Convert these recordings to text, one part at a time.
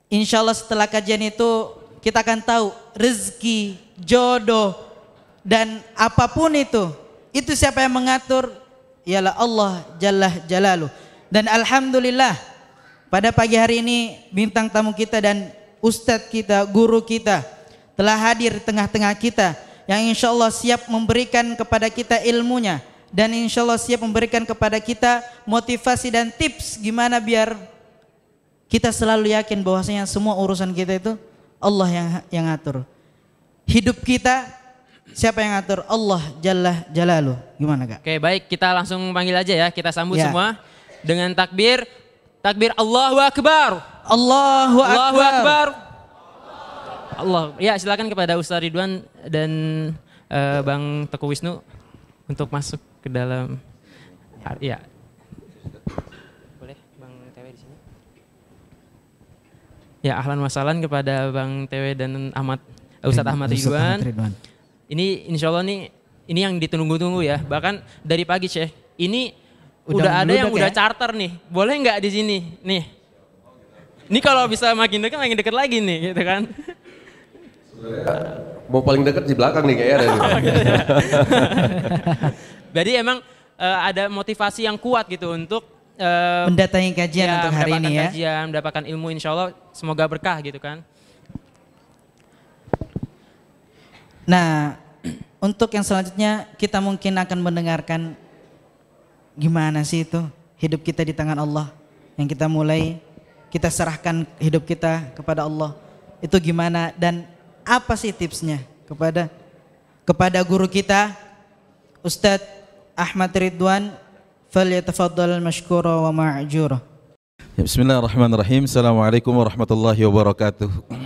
insya Allah setelah kajian itu kita akan tahu rezeki, jodoh, dan apapun itu siapa yang mengatur? Ialah Allah Jalla Jalaluh. Dan alhamdulillah pada pagi hari ini bintang tamu kita dan ustadz kita, guru kita telah hadir di tengah-tengah kita, yang insya Allah siap memberikan kepada kita ilmunya, dan insya Allah siap memberikan kepada kita motivasi dan tips gimana biar kita selalu yakin bahwasanya semua urusan kita itu Allah yang atur. Hidup kita siapa yang atur? Allah Jalla Jalaluh. Gimana Kak? Oke, baik, kita langsung panggil aja ya. Kita sambut semua dengan takbir. Takbir Allahu Akbar. Allahu Akbar. Allahu Akbar. Allah. Ya, silakan kepada Ustaz Ridwan dan Bang Teguh Wisnu untuk masuk ke dalam. Ya. Boleh Bang TW di sini? Ya, ahlan wasalan kepada Bang TW dan Ustaz Ahmad Ridwan. Ini insya Allah ini yang ditunggu-tunggu ya. Bahkan dari pagi Syekh. Ini udah ada yang udah charter nih. Boleh nggak di sini? Nih. Ini kalau bisa makin dekat lagi nih, gitu kan? Mau paling dekat di belakang nih kayaknya. Jadi emang ada motivasi yang kuat gitu untuk mendatangi kajian untuk hari ini ya. Kajian, mendapatkan ilmu, insya Allah semoga berkah gitu kan. Nah, untuk yang selanjutnya kita mungkin akan mendengarkan gimana sih itu hidup kita di tangan Allah, yang kita mulai, kita serahkan hidup kita kepada Allah. Itu gimana dan apa sih tipsnya kepada guru kita Ustadz Ahmad Ridwan. Falyatafaddal mashkura wa ma'jura. Bismillahirrahmanirrahim. Assalamualaikum warahmatullahi wabarakatuh.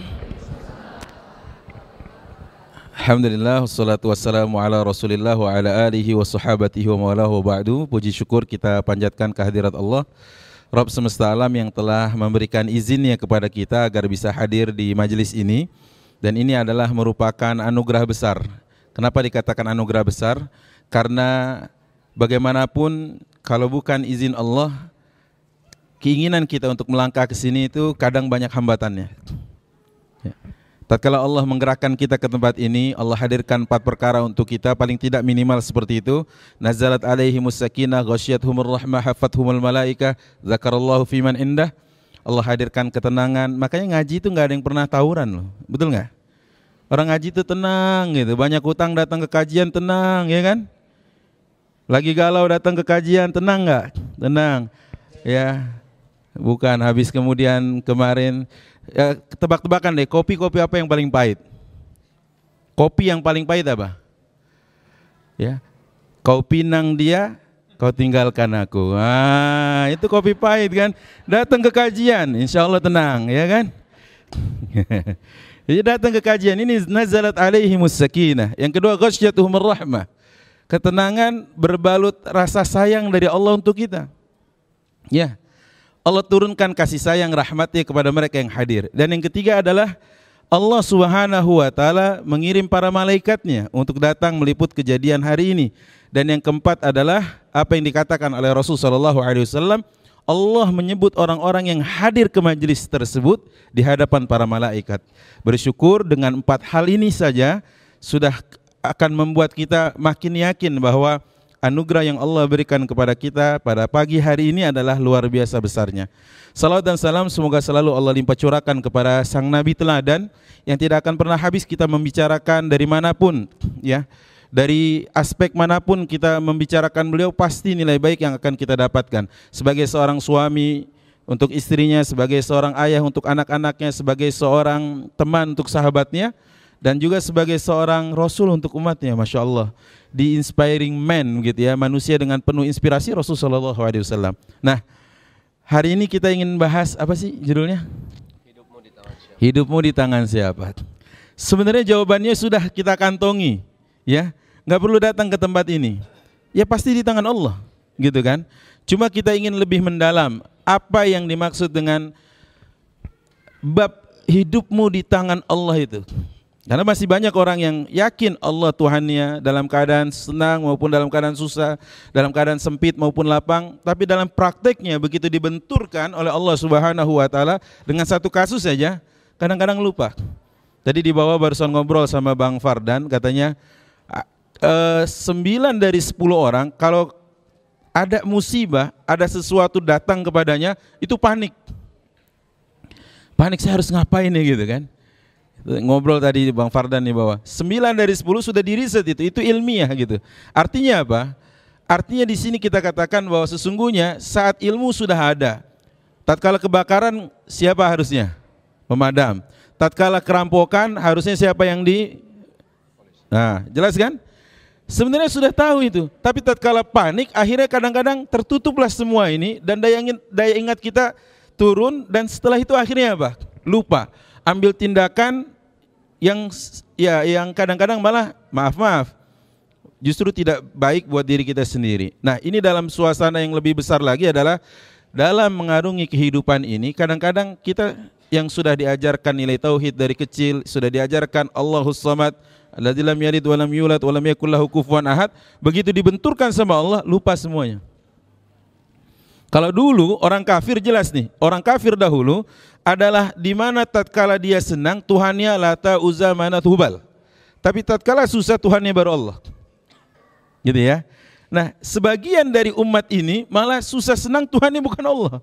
Alhamdulillah, wassalatu wassalamu ala rasulillah wa ala alihi wa sahabatihi wa mawalahu wa ba'du. Puji syukur kita panjatkan kehadirat Allah, Rabb semesta alam, yang telah memberikan izinnya kepada kita agar bisa hadir di majelis ini. Dan ini adalah merupakan anugerah besar. Kenapa dikatakan anugerah besar? Karena bagaimanapun kalau bukan izin Allah, keinginan kita untuk melangkah ke sini itu kadang banyak hambatannya. Ya. Tatkala Allah menggerakkan kita ke tempat ini, Allah hadirkan 4 perkara untuk kita, paling tidak minimal seperti itu. Nazalat alaihimus sakinah, ghasyiyatuhumur rahmah, hafathumul malaikah, zakarallahu fiman indah. Allah hadirkan ketenangan. Makanya ngaji itu nggak ada yang pernah tawuran loh, betul nggak? Orang ngaji itu tenang gitu, banyak utang datang ke kajian tenang, ya kan? Lagi galau datang ke kajian tenang nggak? Tenang, ya. Bukan habis kemudian kemarin. Ya, tebak-tebakan deh, kopi apa yang paling pahit? Kopi yang paling pahit apa? Ya, kau pinang dia, kau tinggalkan aku. Ah, itu kopi pahit kan? Datang ke kajian, insya Allah tenang, ya kan? Jadi datang ke kajian ini nazalat alaihimus sakinah. Yang kedua, ghasyiyatuhumur rahmah. Ketenangan berbalut rasa sayang dari Allah untuk kita. Ya. Allah turunkan kasih sayang rahmatnya kepada mereka yang hadir. Dan yang ketiga adalah Allah Subhanahu wa taala mengirim para malaikatnya untuk datang meliput kejadian hari ini. Dan yang keempat adalah apa yang dikatakan oleh Rasulullah SAW, Allah menyebut orang-orang yang hadir ke majelis tersebut di hadapan para malaikat. Bersyukur dengan 4 hal ini saja sudah akan membuat kita makin yakin bahwa anugerah yang Allah berikan kepada kita pada pagi hari ini adalah luar biasa besarnya. Salawat dan salam semoga selalu Allah limpah curahkan kepada sang Nabi teladan yang tidak akan pernah habis kita membicarakan dari manapun, ya. Dari aspek manapun kita membicarakan beliau, pasti nilai baik yang akan kita dapatkan. Sebagai seorang suami untuk istrinya, sebagai seorang ayah untuk anak-anaknya, sebagai seorang teman untuk sahabatnya, dan juga sebagai seorang rasul untuk umatnya. Masya Allah, the inspiring man gitu ya, manusia dengan penuh inspirasi Rasulullah SAW. Nah, hari ini kita ingin bahas apa sih judulnya? Hidupmu di tangan siapa? Sebenarnya jawabannya sudah kita kantongi, ya. Nggak perlu datang ke tempat ini. Ya pasti di tangan Allah, gitu kan? Cuma kita ingin lebih mendalam apa yang dimaksud dengan bab hidupmu di tangan Allah itu. Karena masih banyak orang yang yakin Allah Tuhannya dalam keadaan senang maupun dalam keadaan susah, dalam keadaan sempit maupun lapang, tapi dalam prakteknya begitu dibenturkan oleh Allah Subhanahu wa taala dengan satu kasus saja, kadang-kadang lupa. Tadi di bawah barusan ngobrol sama Bang Fardan, katanya 9 dari 10 orang kalau ada musibah, ada sesuatu datang kepadanya, itu panik. Panik, saya harus ngapain nih gitu kan. Ngobrol tadi Bang Fardan di bawah. 9 dari 10 sudah diriset itu ilmiah gitu. Artinya apa? Artinya di sini kita katakan bahwa sesungguhnya saat ilmu sudah ada, tatkala kebakaran siapa harusnya? Pemadam. Tatkala kerampokan harusnya siapa yang Nah, jelas kan? Sebenarnya sudah tahu itu, tapi tatkala panik akhirnya kadang-kadang tertutuplah semua ini dan daya ingat kita turun dan setelah itu akhirnya apa? Lupa. Ambil tindakan yang kadang-kadang malah maaf justru tidak baik buat diri kita sendiri. Nah, ini dalam suasana yang lebih besar lagi adalah dalam mengarungi kehidupan ini kadang-kadang kita yang sudah diajarkan nilai tauhid dari kecil, sudah diajarkan Allahus Samad, alladzi lam yalid wa lam yulad wa lam yakul lahu kufuwan ahad, begitu dibenturkan sama Allah lupa semuanya. Kalau dulu orang kafir jelas nih, orang kafir dahulu adalah di mana tatkala dia senang Tuhannya Lata, Uzza, Manat, Hubal. Tapi tatkala susah Tuhannya baru Allah. Gitu ya. Nah, sebagian dari umat ini malah susah senang Tuhannya bukan Allah.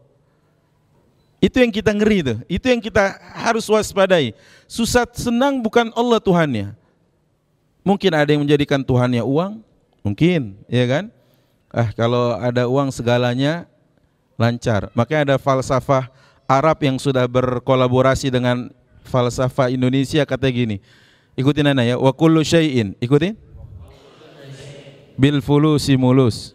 Itu yang kita ngeri tuh. Itu yang kita harus waspadai. Susah senang bukan Allah Tuhannya. Mungkin ada yang menjadikan Tuhannya uang, mungkin, ya kan? Kalau ada uang segalanya lancar. Makanya ada falsafah Arab yang sudah berkolaborasi dengan falsafah Indonesia, katanya gini. Ikutin Ana ya, wa kullu syai'in. Ikutin. Bil fulusi mulus.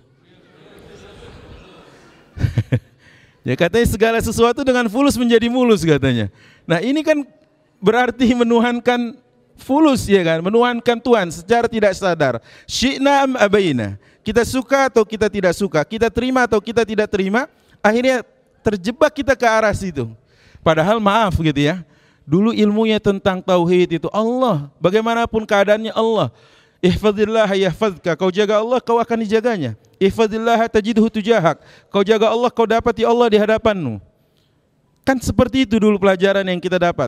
Ya katanya segala sesuatu dengan fulus menjadi mulus katanya. Nah, ini kan berarti menuhankan fulus, ya kan, menuhankan Tuhan secara tidak sadar. Syi'na am abaina. Kita suka atau kita tidak suka, kita terima atau kita tidak terima, akhirnya terjebak kita ke arah situ. Padahal maaf gitu ya, dulu ilmunya tentang tauhid itu Allah, bagaimanapun keadaannya Allah. Ihfazillah yahfazka, kau jaga Allah kau akan dijaganya. Ihfazillah tajidhu tujahak, kau jaga Allah kau dapati Allah di hadapanmu. Kan seperti itu dulu pelajaran yang kita dapat.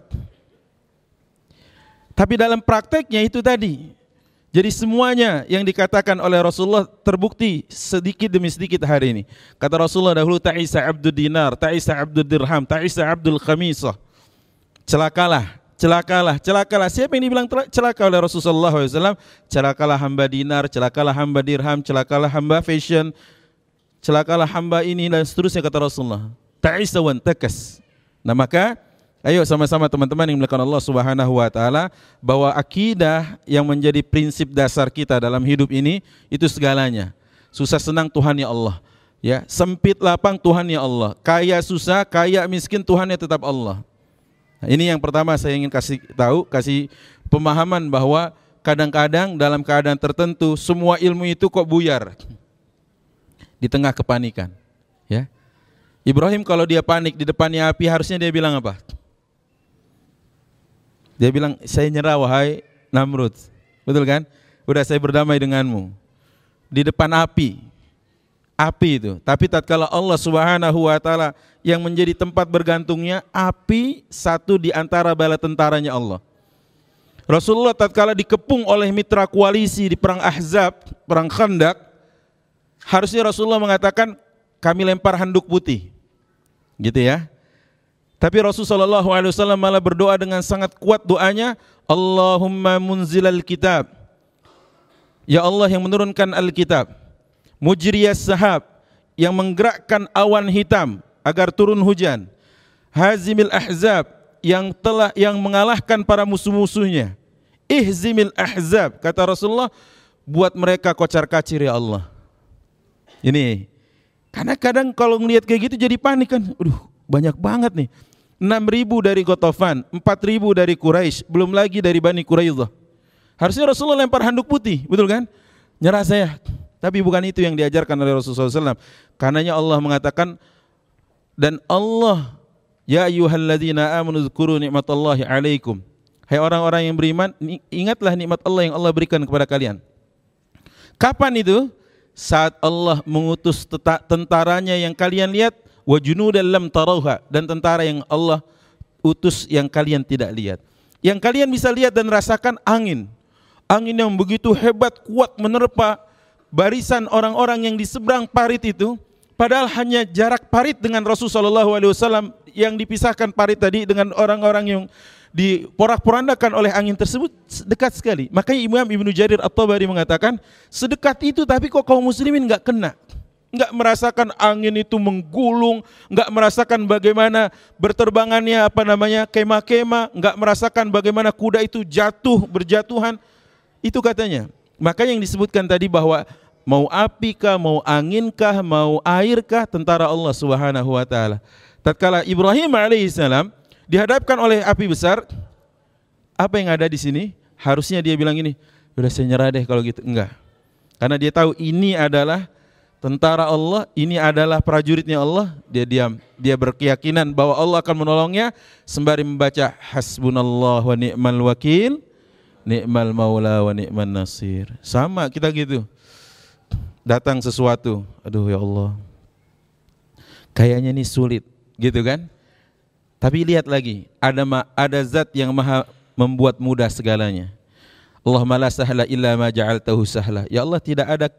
Tapi dalam prakteknya itu tadi. Jadi semuanya yang dikatakan oleh Rasulullah terbukti sedikit demi sedikit hari ini. Kata Rasulullah dahulu, ta'isa abdul dinar, ta'isa abdul dirham, ta'isa abdul khamisah. Celakalah, celakalah, celakalah. Siapa yang dibilang celaka oleh Rasulullah SAW? Celakalah hamba dinar, celakalah hamba dirham, celakalah hamba fashion, celakalah hamba ini dan seterusnya kata Rasulullah. Ta'isa wan takas. Nah maka ayo sama-sama teman-teman yang dimuliakan Allah Subhanahu wa taala, bahwa akidah yang menjadi prinsip dasar kita dalam hidup ini itu segalanya. Susah senang Tuhannya Allah, ya. Sempit lapang Tuhannya Allah. Kaya susah, kaya miskin Tuhannya tetap Allah. Nah, ini yang pertama saya ingin kasih pemahaman bahwa kadang-kadang dalam keadaan tertentu semua ilmu itu kok buyar di tengah kepanikan, ya. Ibrahim kalau dia panik di depannya api harusnya dia bilang apa? Dia bilang, saya nyerah wahai Namrud. Betul kan? Udah saya berdamai denganmu. Di depan api. Api itu. Tapi tatkala Allah Subhanahu wa taala yang menjadi tempat bergantungnya, api satu di antara bala tentaranya Allah. Rasulullah tatkala dikepung oleh mitra koalisi di perang Ahzab, perang Khandaq, harusnya Rasulullah mengatakan, kami lempar handuk putih. Gitu ya. Tapi Rasulullah SAW malah berdoa dengan sangat kuat doanya, Allahumma munzilal kitab. Ya Allah yang menurunkan Alkitab. Mujriyas sahab, yang menggerakkan awan hitam agar turun hujan. Hazimil ahzab, yang mengalahkan para musuh-musuhnya. Ihzimil ahzab, kata Rasulullah, buat mereka kocar-kacir ya Allah. Ini, karena kadang kalau ngelihat kayak gitu jadi panik kan. Banyak banget nih. 6.000 dari Ghatafan, 4.000 dari Quraisy, belum lagi dari Bani Quraidah. Harusnya Rasulullah lempar handuk putih, betul kan? Nyerah saya. Tapi bukan itu yang diajarkan oleh Rasulullah SAW. Karenanya Allah mengatakan, dan Allah, ya ayyuhalladzina amanu dzkuru ni'matallahi alaikum. Hai orang-orang yang beriman, ingatlah nikmat Allah yang Allah berikan kepada kalian. Kapan itu? Saat Allah mengutus tentaranya yang kalian lihat, wa junudan lam tarauha, dan tentara yang Allah utus yang kalian tidak lihat. Yang kalian bisa lihat dan rasakan angin. Angin yang begitu hebat, kuat menerpa barisan orang-orang yang di seberang parit itu. Padahal hanya jarak parit dengan Rasulullah SAW yang dipisahkan parit tadi dengan orang-orang yang diporak-porandakan oleh angin tersebut dekat sekali. Makanya Imam Ibnu Jarir At-Tabari mengatakan sedekat itu tapi kok kaum muslimin nggak kena, nggak merasakan angin itu menggulung, nggak merasakan bagaimana berterbangannya kemah-kemah, nggak merasakan bagaimana kuda itu berjatuhan. Itu katanya. Makanya yang disebutkan tadi bahwa mau api kah, mau angin kah, mau air kah, tentara Allah Subhanahu wa taala. Tatkala Ibrahim alaihissalam dihadapkan oleh api besar, apa yang ada di sini? Harusnya dia bilang ini, udah saya nyerah deh kalau gitu. Enggak. Karena dia tahu ini adalah tentara Allah, ini adalah prajuritnya Allah. Dia diam. Dia berkeyakinan bahwa Allah akan menolongnya sembari membaca hasbunallah wa ni'mal wakil, ni'mal maula wa ni'man nasir. Sama kita gitu. Datang sesuatu, aduh ya Allah, kayaknya ini sulit, gitu kan? Tapi lihat lagi, ada zat yang maha membuat mudah segalanya. Allahumma la sahla illa ma ja'altahu sahla. Ya Allah, tidak ada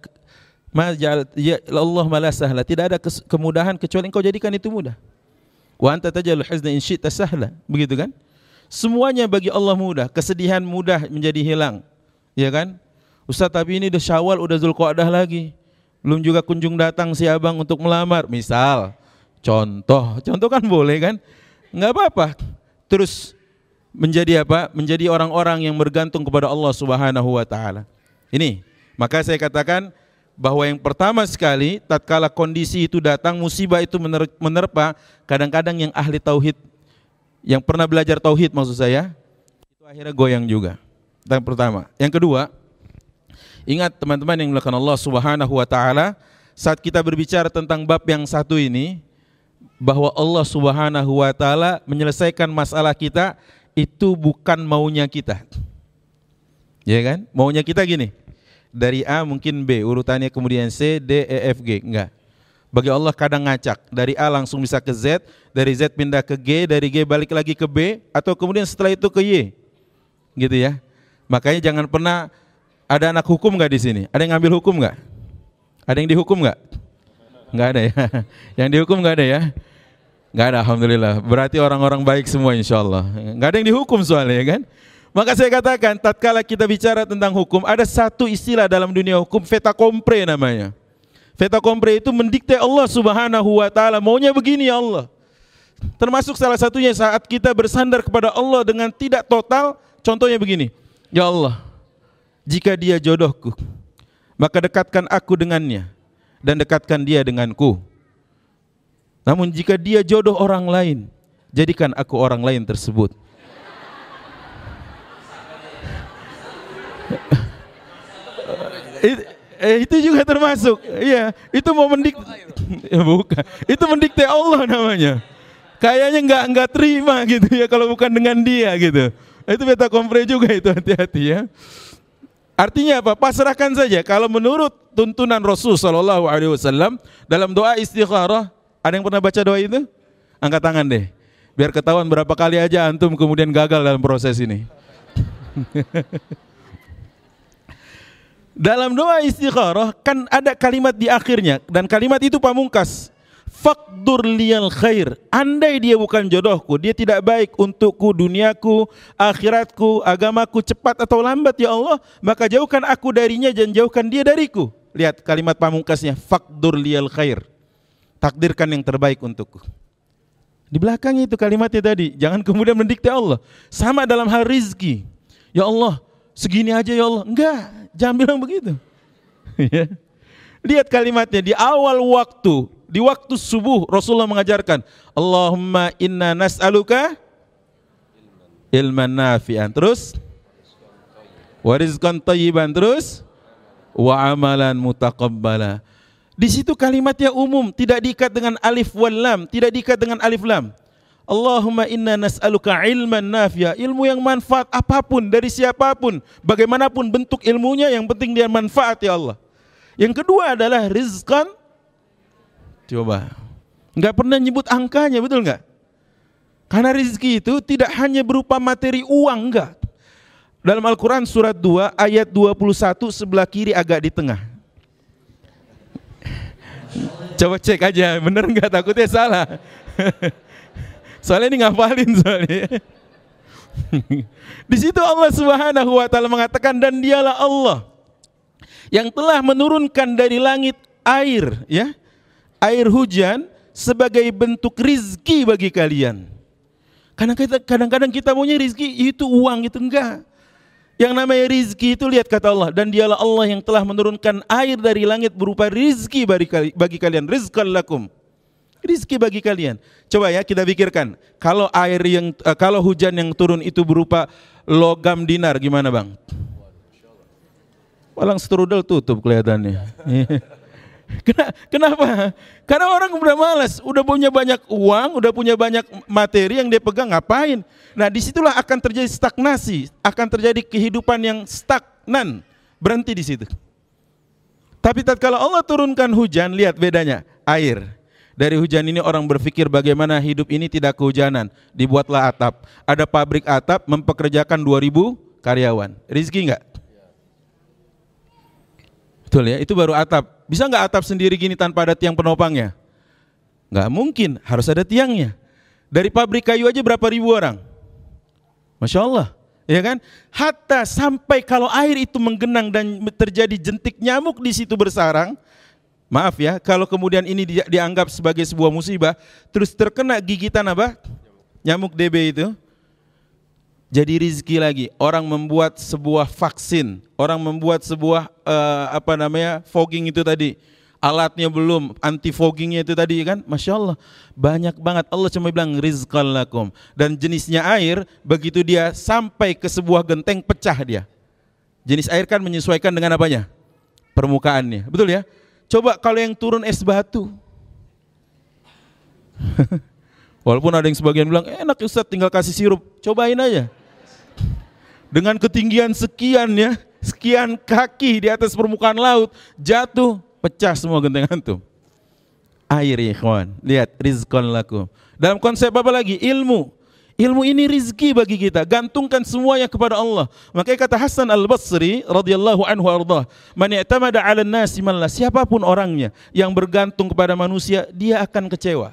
Allahumma la sahla, tidak ada kemudahan kecuali Engkau jadikan itu mudah. Wa anta taj'alul huzna in syi'ta sahla. Begitu kan? Semuanya bagi Allah mudah, kesedihan mudah menjadi hilang. Ya kan? Ustaz, tapi ini udah Syawal, udah Zulqa'dah lagi. Belum juga kunjung datang si abang untuk melamar. Misal, contoh kan boleh kan? Enggak apa-apa. Terus menjadi apa? Menjadi orang-orang yang bergantung kepada Allah Subhanahu wa taala. Ini, maka saya katakan bahwa yang pertama sekali tatkala kondisi itu datang, musibah itu menerpa, kadang-kadang yang ahli tauhid, yang pernah belajar tauhid maksud saya, itu akhirnya goyang juga. Yang pertama. Yang kedua, ingat teman-teman yang dimuliakan Allah Subhanahu wa taala, saat kita berbicara tentang bab yang satu ini, bahwa Allah Subhanahu wa taala menyelesaikan masalah kita itu bukan maunya kita. Ya kan? Maunya kita gini. Dari A mungkin B, urutannya kemudian C, D, E, F, G. Enggak. Bagi Allah kadang ngacak. Dari A langsung bisa ke Z, dari Z pindah ke G, dari G balik lagi ke B, atau kemudian setelah itu ke Y. Gitu ya. Makanya jangan pernah, ada anak hukum enggak di sini? Ada yang ngambil hukum enggak? Ada yang dihukum enggak? Enggak ada ya. Yang dihukum enggak ada ya? Enggak ada, alhamdulillah. Berarti orang-orang baik semua insyaallah. Enggak ada yang dihukum soalnya ya kan? Maka saya katakan, tatkala kita bicara tentang hukum, ada satu istilah dalam dunia hukum, fait accompli namanya. Fait accompli itu mendikte Allah Subhanahu wa taala, maunya begini ya Allah. Termasuk salah satunya saat kita bersandar kepada Allah dengan tidak total, contohnya begini. Ya Allah, jika dia jodohku, maka dekatkan aku dengannya dan dekatkan dia denganku. Namun jika dia jodoh orang lain, jadikan aku orang lain tersebut. Itu juga termasuk. Iya, itu mau mendikte. Bukan. Itu mendikte Allah namanya. Kayaknya enggak terima gitu ya kalau bukan dengan dia gitu. Itu fait accompli juga itu, hati-hati ya. Artinya apa? Pasrahkan saja. Kalau menurut tuntunan Rasul sallallahu alaihi wasallam dalam doa istikharah, ada yang pernah baca doa itu? Angkat tangan deh. Biar ketahuan berapa kali aja antum kemudian gagal dalam proses ini. Dalam doa istikharah kan ada kalimat di akhirnya dan kalimat itu pamungkas. Faqdur liyal khair. Andai dia bukan jodohku, dia tidak baik untukku, duniaku, akhiratku, agamaku, cepat atau lambat ya Allah, maka jauhkan aku darinya dan jauhkan dia dariku. Lihat kalimat pamungkasnya, faqdur liyal khair. Takdirkan yang terbaik untukku. Di belakang itu kalimatnya tadi, jangan kemudian mendikte Allah. Sama dalam hal rizki. Ya Allah, segini aja ya Allah. Enggak, jangan bilang begitu. Lihat kalimatnya di awal waktu, di waktu subuh Rasulullah mengajarkan, Allahumma inna nas'aluka ilman nafi'an, terus wa rizqan thayyiban, terus wa amalan mutaqabbala. Di situ kalimatnya umum, tidak diikat dengan alif wal lam, tidak diikat dengan alif lam. Allahumma inna nas'aluka ilman nafi'a, ilmu yang manfaat apapun dari siapapun, bagaimanapun bentuk ilmunya, yang penting dia manfaat ya Allah. Yang kedua adalah rizqan, coba, nggak pernah nyebut angkanya, betul nggak? Karena rizki itu tidak hanya berupa materi uang, enggak. Dalam Al-Quran surat 2 ayat 21 sebelah kiri agak di tengah. Coba cek aja, bener nggak, takutnya salah. Soalnya ini ngafalin soalnya. Di situ Allah Subhanahu wa taala mengatakan, dan dialah Allah yang telah menurunkan dari langit air, ya, air hujan sebagai bentuk rizki bagi kalian. Karena kadang-kadang kita maunya rizki itu uang, itu enggak. Yang namanya rizki itu, lihat kata Allah, dan dialah Allah yang telah menurunkan air dari langit berupa rizki bagi kalian, rizqan lakum. Rizki bagi kalian. Coba ya kita pikirkan, kalau kalau hujan yang turun itu berupa logam dinar, gimana bang? Walang strudel tutup kelihatannya. Kenapa? Karena orang udah malas, udah punya banyak uang, udah punya banyak materi yang dia pegang, ngapain? Nah disitulah akan terjadi stagnasi, akan terjadi kehidupan yang stagnan, berhenti di situ. Tapi tatkala Allah turunkan hujan, lihat bedanya, air. Dari hujan ini orang berpikir bagaimana hidup ini tidak kehujanan. Dibuatlah atap. Ada pabrik atap mempekerjakan 2.000 karyawan. Rizki enggak? Betul ya, itu baru atap. Bisa enggak atap sendiri gini tanpa ada tiang penopangnya? Enggak mungkin, harus ada tiangnya. Dari pabrik kayu aja berapa ribu orang? Masya Allah, ya kan? Hatta sampai kalau air itu menggenang dan terjadi jentik nyamuk di situ bersarang, maaf ya, kalau kemudian ini dianggap sebagai sebuah musibah, terus terkena gigitan apa? Nyamuk DB itu, jadi rizki lagi. Orang membuat sebuah vaksin, orang membuat sebuah fogging itu tadi, alatnya belum, anti foggingnya itu tadi kan, Masya Allah, banyak banget. Allah cuma bilang rizqan lakum. Dan jenisnya air, begitu dia sampai ke sebuah genteng, pecah dia. Jenis air kan menyesuaikan dengan apanya? Permukaannya, betul ya? Coba kalau yang turun es batu. Walaupun ada yang sebagian bilang, enak Ustaz tinggal kasih sirup. Cobain aja. Dengan ketinggian sekian ya, sekian kaki di atas permukaan laut, jatuh, pecah semua genteng antum. Air ya ikhwan, lihat rizqan lakum. Dalam konsep apa lagi? Ilmu. Ilmu ini rizki bagi kita, gantungkan semuanya kepada Allah. Makanya kata Hasan Al-Basri radhiyallahu anhu ardah, man i'tamada 'alan nasi man la, siapapun orangnya yang bergantung kepada manusia, dia akan kecewa.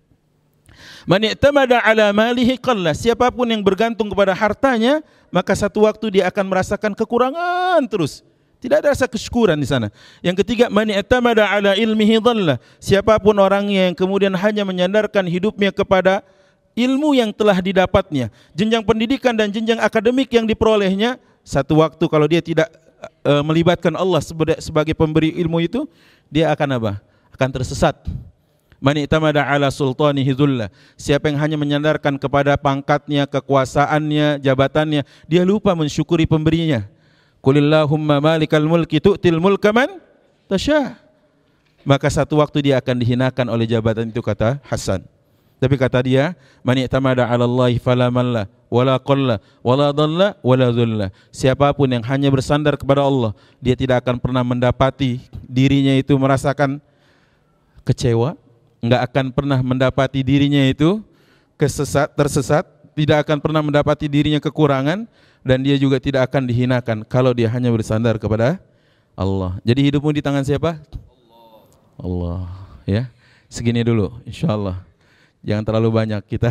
Man i'tamada 'ala malihi qalla, siapapun yang bergantung kepada hartanya, maka satu waktu dia akan merasakan kekurangan terus. Tidak ada rasa kesyukuran di sana. Yang ketiga, man i'tamada 'ala ilmihi dhalla, siapapun orangnya yang kemudian hanya menyandarkan hidupnya kepada ilmu yang telah didapatnya, jenjang pendidikan dan jenjang akademik yang diperolehnya, satu waktu kalau dia tidak melibatkan Allah sebagai pemberi ilmu itu, dia akan apa? Akan tersesat. Man i'tamada 'ala sultanihi dhulla, siapa yang hanya menyandarkan kepada pangkatnya, kekuasaannya, jabatannya, dia lupa mensyukuri pemberinya. Qulillahumma malikal mulki tu'til mulka man tasha. Maka satu waktu dia akan dihinakan oleh jabatan itu, kata Hasan. Tapi kata dia, man i'tamada 'ala Allahi fala malla wala qalla wala dhalla wala dhulla. Siapapun yang hanya bersandar kepada Allah, dia tidak akan pernah mendapati dirinya itu merasakan kecewa, enggak akan pernah mendapati dirinya itu tersesat, tidak akan pernah mendapati dirinya kekurangan, dan dia juga tidak akan dihinakan kalau dia hanya bersandar kepada Allah. Jadi hidupmu di tangan siapa? Allah. Ya, segini dulu insyaallah. Jangan terlalu banyak, kita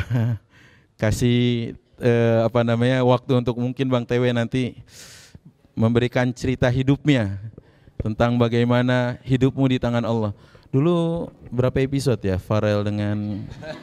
kasih waktu untuk mungkin Bang TW nanti memberikan cerita hidupnya tentang bagaimana hidupmu di tangan Allah. Dulu berapa episode ya Farel dengan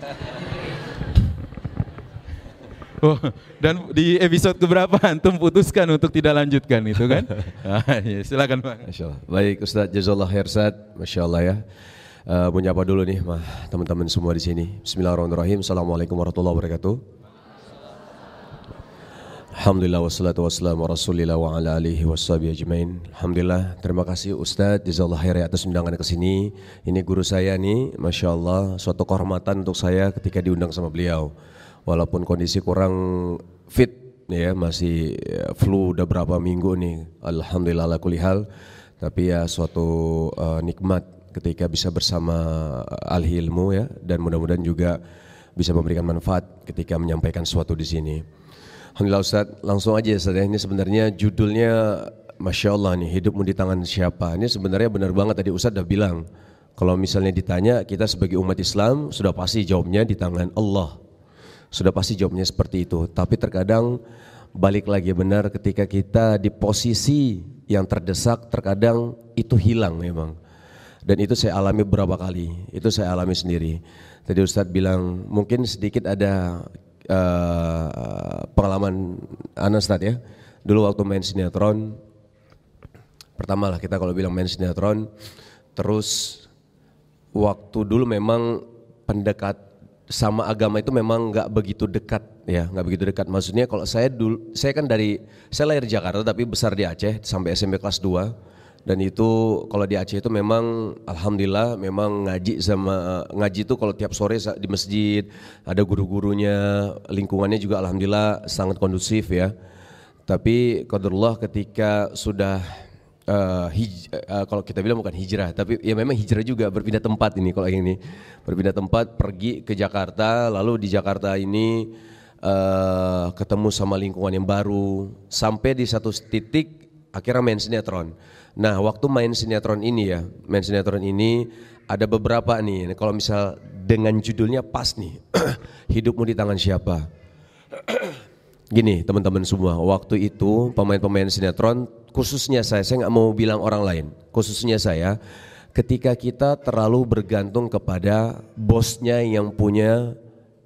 dan di episode keberapa antum putuskan untuk tidak lanjutkan itu kan? Ya, silakan Bang. Masyaallah. Baik Ustaz, jazakallahu khair Ustaz. Masyaallah ya. Menyapa dulu nih teman-teman semua di sini. Bismillahirrahmanirrahim. Assalamualaikum warahmatullahi wabarakatuh. Alhamdulillah wassalatu wassalamu rasulillah wa ala alihi washabihi ajmain. Alhamdulillah, terima kasih Ustadz Jazakallah khair atas undangan ke sini. Ini guru saya nih, Masya Allah, suatu kehormatan untuk saya ketika diundang sama beliau. Walaupun kondisi kurang fit ya, masih flu udah berapa minggu nih. Alhamdulillah ala kulli hal. Tapi ya suatu nikmat ketika bisa bersama ahli ilmu ya, dan mudah-mudahan juga bisa memberikan manfaat ketika menyampaikan sesuatu di sini. Alhamdulillah Ustaz, langsung aja Ustaz ya. Ini sebenarnya judulnya Masya Allah nih, hidupmu di tangan siapa. Ini sebenarnya benar banget tadi Ustaz udah bilang, kalau misalnya ditanya kita sebagai umat Islam sudah pasti jawabnya di tangan Allah. Sudah pasti jawabnya seperti itu. Tapi terkadang balik lagi benar ketika kita di posisi yang terdesak, terkadang itu hilang memang. Dan itu saya alami beberapa kali, itu saya alami sendiri. Tadi Ustaz bilang mungkin sedikit ada pengalaman Anas Ustaz ya. Dulu waktu main sinetron, pertama lah kita kalau bilang main sinetron, terus waktu dulu memang pendekat sama agama itu memang nggak begitu dekat ya, nggak begitu dekat. Maksudnya kalau saya dulu, saya lahir di Jakarta tapi besar di Aceh sampai SMP kelas 2. Dan itu kalau di Aceh itu memang alhamdulillah memang ngaji itu kalau tiap sore di masjid ada guru-gurunya, lingkungannya juga alhamdulillah sangat kondusif ya. Tapi qadarullah ketika sudah kalau kita bilang bukan hijrah, tapi ya memang hijrah juga, berpindah tempat ini kalau ini. Berpindah tempat, pergi ke Jakarta, lalu di Jakarta ini ketemu sama lingkungan yang baru, sampai di satu titik akhirnya main sinetron. Nah, waktu main sinetron ini ada beberapa nih, kalau misal dengan judulnya pas nih, hidupmu di tangan siapa. Gini teman-teman semua, waktu itu pemain-pemain sinetron, khususnya saya nggak mau bilang orang lain, khususnya saya, ketika kita terlalu bergantung kepada bosnya yang punya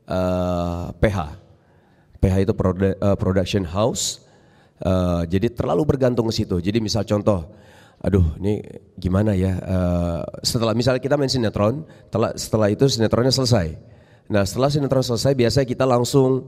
PH. PH itu production house, jadi terlalu bergantung ke situ. Jadi misal contoh, aduh ini gimana ya, setelah misalnya kita main sinetron, setelah itu sinetronnya selesai. Nah setelah sinetron selesai biasanya kita langsung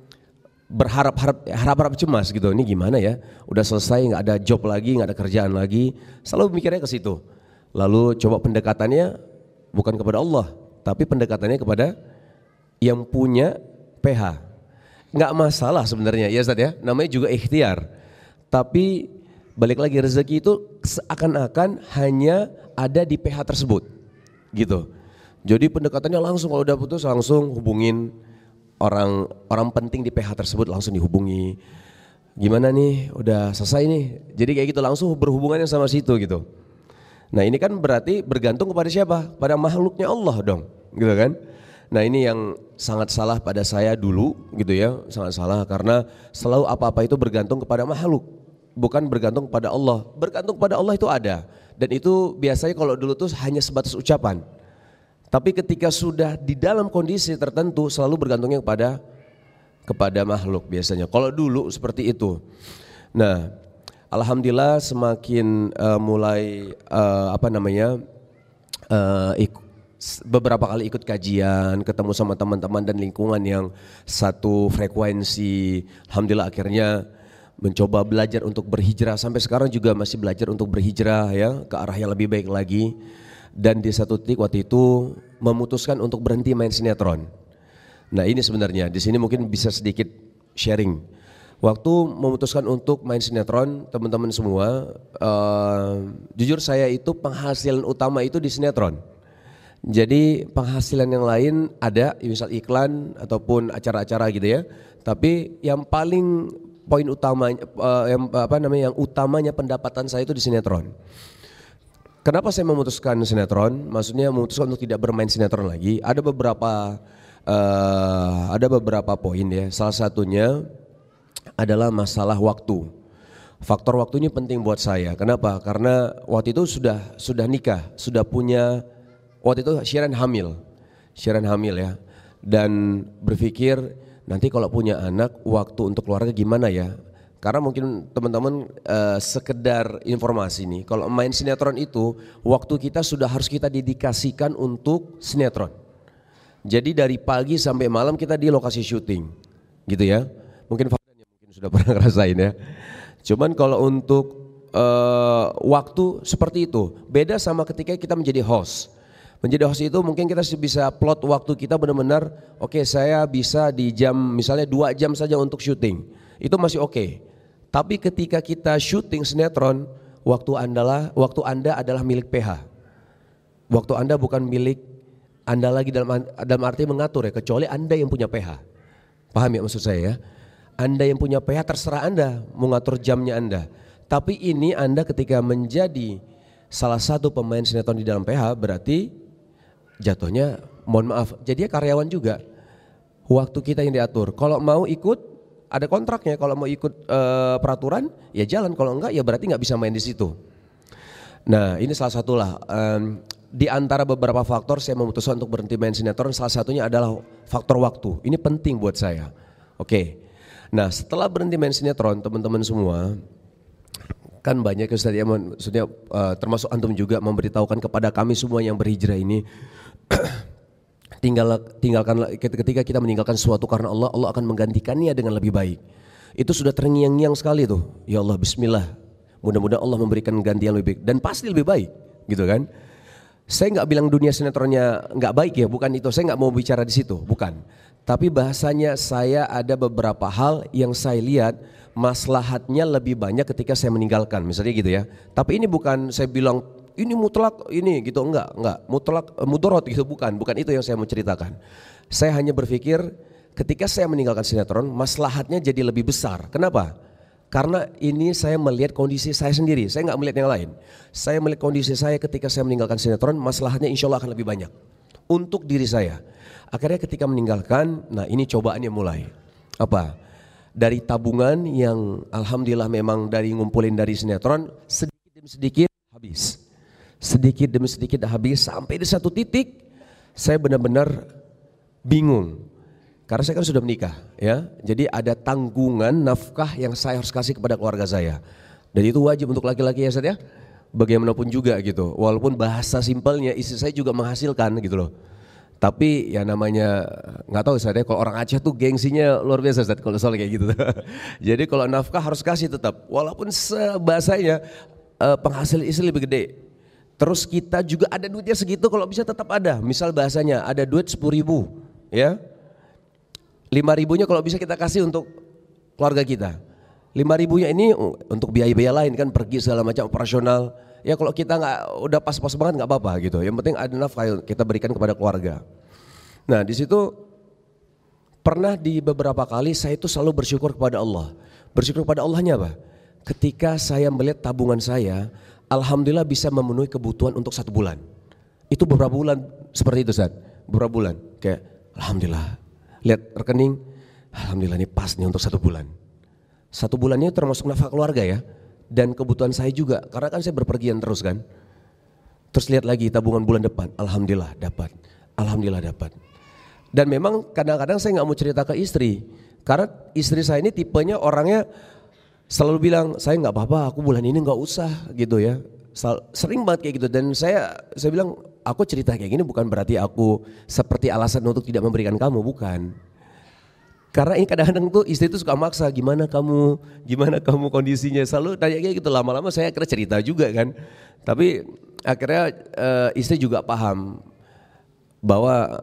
berharap cemas gitu, ini gimana ya, udah selesai nggak ada job lagi, nggak ada kerjaan lagi, selalu mikirnya ke situ. Lalu coba pendekatannya bukan kepada Allah, tapi pendekatannya kepada yang punya PH. Nggak masalah sebenarnya ya Ustaz ya, namanya juga ikhtiar. Tapi balik lagi rezeki itu seakan-akan hanya ada di PH tersebut gitu. Jadi pendekatannya langsung, kalau udah putus langsung hubungin orang penting di PH tersebut, langsung dihubungi. Gimana nih, udah selesai nih. Jadi kayak gitu, langsung berhubungannya sama situ gitu. Nah ini kan berarti bergantung kepada siapa? Pada makhluknya Allah dong, gitu kan. Nah ini yang sangat salah pada saya dulu gitu ya, sangat salah karena selalu apa-apa itu bergantung kepada makhluk, bukan bergantung kepada Allah. Bergantung kepada Allah itu ada, dan itu biasanya kalau dulu tuh hanya sebatas ucapan. Tapi ketika sudah di dalam kondisi tertentu selalu bergantungnya kepada makhluk biasanya. Kalau dulu seperti itu. Nah, alhamdulillah semakin mulai beberapa kali ikut kajian, ketemu sama teman-teman dan lingkungan yang satu frekuensi. Alhamdulillah akhirnya mencoba belajar untuk berhijrah, sampai sekarang juga masih belajar untuk berhijrah ya ke arah yang lebih baik lagi. Dan di satu titik waktu itu memutuskan untuk berhenti main sinetron. Nah ini sebenarnya di sini mungkin bisa sedikit sharing. Waktu memutuskan untuk main sinetron, teman-teman semua, jujur saya itu penghasilan utama itu di sinetron. Jadi penghasilan yang lain ada, misal iklan ataupun acara-acara gitu ya. Tapi yang paling poin utamanya, yang utamanya pendapatan saya itu di sinetron. Kenapa saya memutuskan sinetron? Maksudnya memutuskan untuk tidak bermain sinetron lagi. Ada beberapa poin ya. Salah satunya adalah masalah waktu. Faktor waktu ini penting buat saya. Kenapa? Karena waktu itu sudah nikah, sudah punya, waktu itu Syiran hamil ya. Dan berpikir nanti kalau punya anak, waktu untuk keluarga gimana ya? Karena mungkin teman-teman sekedar informasi nih, kalau main sinetron itu waktu kita harus kita dedikasikan untuk sinetron. Jadi dari pagi sampai malam kita di lokasi syuting, gitu ya. Mungkin sudah pernah ngerasain ya. Cuman kalau untuk waktu seperti itu beda sama ketika kita menjadi host. Menjadi host itu mungkin kita bisa plot waktu kita benar-benar oke, saya bisa di jam misalnya 2 jam saja untuk syuting. Itu masih oke. Tapi ketika kita syuting sinetron, waktu Anda adalah milik PH. Waktu Anda bukan milik Anda lagi dalam arti mengatur ya, kecuali Anda yang punya PH. Paham ya maksud saya ya? Anda yang punya PH terserah Anda mengatur jamnya Anda. Tapi ini Anda ketika menjadi salah satu pemain sinetron di dalam PH berarti jatuhnya mohon maaf jadinya karyawan juga. Waktu kita yang diatur. Kalau mau ikut ada kontraknya, kalau mau ikut peraturan ya jalan, kalau enggak ya berarti nggak bisa main di situ. Nah ini salah satulah di antara beberapa faktor saya memutuskan untuk berhenti main sinetron. Salah satunya adalah faktor waktu. Ini penting buat saya. Oke. Nah setelah berhenti main sinetron teman-teman semua kan banyak Ustaz ya, maksudnya termasuk antum juga memberitahukan kepada kami semua yang berhijrah ini tinggalkan ketika kita meninggalkan sesuatu karena Allah, Allah akan menggantikannya dengan lebih baik. Itu sudah terngiang-ngiang sekali tuh. Ya Allah bismillah. Mudah-mudahan Allah memberikan ganti yang lebih baik dan pasti lebih baik, gitu kan? Saya nggak bilang dunia sinetronnya nggak baik ya, bukan itu. Saya nggak mau bicara di situ, bukan. Tapi bahasanya saya ada beberapa hal yang saya lihat maslahatnya lebih banyak ketika saya meninggalkan, misalnya gitu ya. Tapi ini bukan saya bilang ini mutlak ini gitu, enggak mutlak mudorot gitu, bukan itu yang saya mau ceritakan. Saya hanya berpikir ketika saya meninggalkan sinetron maslahatnya jadi lebih besar. Kenapa? Karena ini saya melihat kondisi saya sendiri, saya nggak melihat yang lain. Saya melihat kondisi saya ketika saya meninggalkan sinetron, maslahatnya insya Allah akan lebih banyak untuk diri saya. Akhirnya ketika meninggalkan, nah ini cobaannya mulai. Apa? Dari tabungan yang alhamdulillah memang dari ngumpulin dari sinetron, sedikit demi sedikit habis. Sedikit demi sedikit habis sampai di satu titik saya benar-benar bingung. Karena saya kan sudah menikah ya, jadi ada tanggungan nafkah yang saya harus kasih kepada keluarga saya. Dan itu wajib untuk laki-laki ya Ustaz ya, bagaimanapun juga gitu. Walaupun bahasa simpelnya istri saya juga menghasilkan gitu loh. Tapi ya namanya nggak tahu Ustaz ya, kalau orang Aceh tuh gengsinya luar biasa Ustaz kalau soal kayak gitu. Jadi kalau nafkah harus kasih tetap, walaupun bahasanya penghasil istri lebih gede. Terus kita juga ada duitnya segitu, kalau bisa tetap ada. Misal bahasanya ada duit 10.000 ya. 5.000-nya kalau bisa kita kasih untuk keluarga kita. 5.000-nya ini untuk biaya-biaya lain kan, pergi segala macam operasional. Ya kalau kita nggak udah pas-pas banget nggak apa-apa gitu. Yang penting ada nafkah kita berikan kepada keluarga. Nah di situ pernah di beberapa kali saya itu selalu bersyukur kepada Allah. Bersyukur kepada Allahnya apa? Ketika saya melihat tabungan saya, alhamdulillah bisa memenuhi kebutuhan untuk 1 bulan. Itu beberapa bulan seperti itu Ustaz. Beberapa bulan kayak alhamdulillah. Lihat rekening, alhamdulillah ini pas nih untuk 1 bulan. 1 bulannya termasuk nafkah keluarga ya, dan kebutuhan saya juga, karena kan saya berpergian terus kan. Terus lihat lagi tabungan bulan depan, alhamdulillah dapat, alhamdulillah dapat. Dan memang kadang-kadang saya nggak mau cerita ke istri, karena istri saya ini tipenya orangnya selalu bilang saya nggak apa-apa, aku bulan ini nggak usah gitu ya. Sering banget kayak gitu, dan saya bilang aku cerita kayak gini bukan berarti aku seperti alasan untuk tidak memberikan kamu, bukan. Karena ini kadang-kadang tuh istri itu suka maksa, gimana kamu kondisinya, selalu tanya kayak gitu. Lama-lama saya akhirnya cerita juga kan. Tapi akhirnya istri juga paham bahwa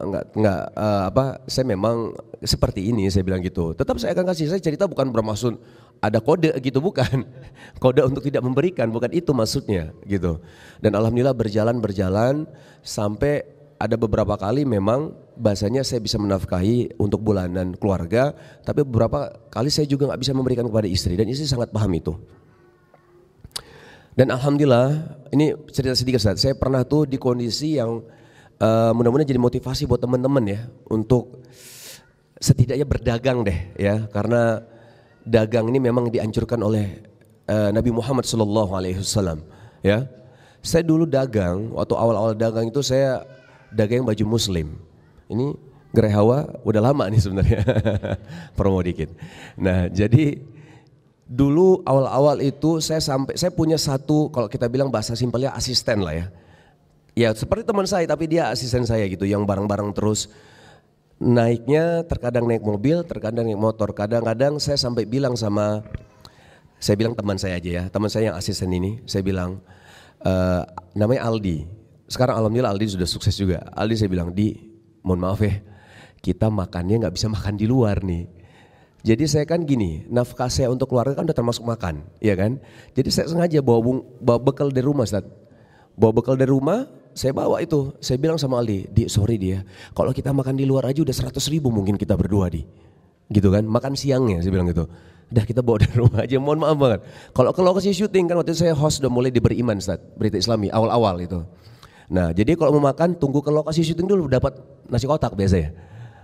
saya memang seperti ini, saya bilang gitu. Tetap saya akan kasih, saya cerita bukan bermaksud ada kode gitu, bukan. Kode untuk tidak memberikan, bukan itu maksudnya gitu. Dan alhamdulillah berjalan sampai ada beberapa kali memang bahasanya saya bisa menafkahi untuk bulanan keluarga, tapi beberapa kali saya juga nggak bisa memberikan kepada istri, dan istri sangat paham itu. Dan alhamdulillah, ini cerita sedikit Ustaz, saya pernah tuh di kondisi yang mudah-mudahan jadi motivasi buat teman-teman ya, untuk setidaknya berdagang deh ya, karena dagang ini memang dianjurkan oleh Nabi Muhammad SAW ya. Saya dulu dagang, waktu awal-awal dagang itu saya dagang baju muslim. Ini Gerehawa udah lama nih sebenarnya, promo dikit. Nah jadi dulu awal-awal itu saya punya satu, kalau kita bilang bahasa simpelnya asisten lah ya. Ya seperti teman saya, tapi dia asisten saya gitu, yang bareng-bareng terus. naiknya terkadang naik mobil, terkadang naik motor. Kadang-kadang saya sampai bilang saya bilang teman saya aja ya, teman saya yang asisten ini, saya bilang namanya Aldi. Sekarang alhamdulillah Aldi sudah sukses juga. Aldi saya bilang, Di, mohon maaf ya, kita makannya nggak bisa makan di luar nih. Jadi saya kan gini, nafkah saya untuk keluarga kan udah termasuk makan, ya kan? Jadi saya sengaja bawa bekal dari rumah, Ustaz. Bawa bekal dari rumah, saya bawa itu. Saya bilang sama Aldi, Di, sorry dia, kalau kita makan di luar aja udah 100.000 mungkin kita berdua, Di. Gitu kan, makan siangnya saya bilang gitu. Udah kita bawa dari rumah aja, mohon maaf banget. Kalau ke lokasi syuting kan waktu itu saya host udah mulai di Beriman, Ustaz, Berita Islami, awal-awal itu. Nah jadi kalau mau makan tunggu ke lokasi syuting dulu dapat nasi kotak biasa ya.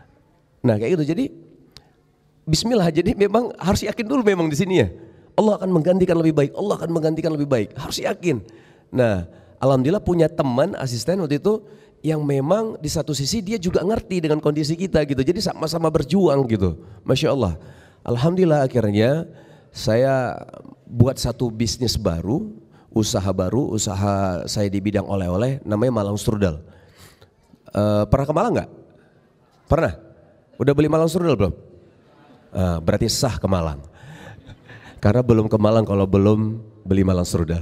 Nah kayak gitu, jadi bismillah, jadi memang harus yakin dulu memang di sini ya. Allah akan menggantikan lebih baik, Allah akan menggantikan lebih baik, harus yakin. Nah alhamdulillah punya teman asisten waktu itu yang memang di satu sisi dia juga ngerti dengan kondisi kita gitu. Jadi sama-sama berjuang gitu, Masya Allah. Alhamdulillah akhirnya saya buat satu bisnis baru, usaha saya di bidang oleh-oleh namanya Malang Strudel. Pernah ke Malang nggak? Pernah? Udah beli Malang Strudel belum? Berarti sah ke Malang. Karena belum ke Malang kalau belum beli Malang Strudel.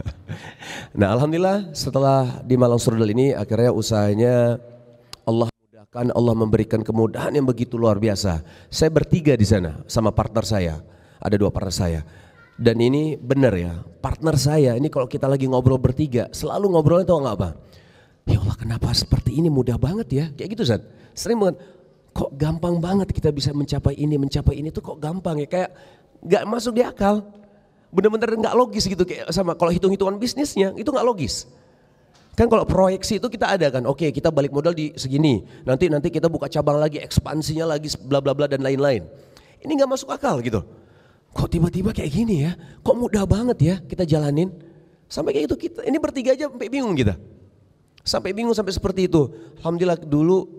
Nah alhamdulillah setelah di Malang Strudel ini akhirnya usahanya Allah mudahkan, Allah memberikan kemudahan yang begitu luar biasa. Saya bertiga di sana sama partner saya, ada 2 partner saya. Dan ini benar ya, partner saya ini kalau kita lagi ngobrol bertiga selalu ngobrolnya tau nggak apa? Ya Allah kenapa seperti ini, mudah banget ya, kayak gitu Zat. Sering banget, kok gampang banget kita bisa mencapai ini tuh kok gampang ya, kayak nggak masuk di akal. Bener-bener nggak logis gitu, kayak sama kalau hitung-hitungan bisnisnya itu nggak logis. Kan kalau proyeksi itu kita ada kan, oke kita balik modal di segini, nanti kita buka cabang lagi, ekspansinya lagi, bla bla bla dan lain-lain. Ini nggak masuk akal gitu. Kok tiba-tiba kayak gini ya, kok mudah banget ya kita jalanin. Sampai kayak itu kita, ini bertiga aja sampai bingung kita. Sampai bingung sampai seperti itu. Alhamdulillah dulu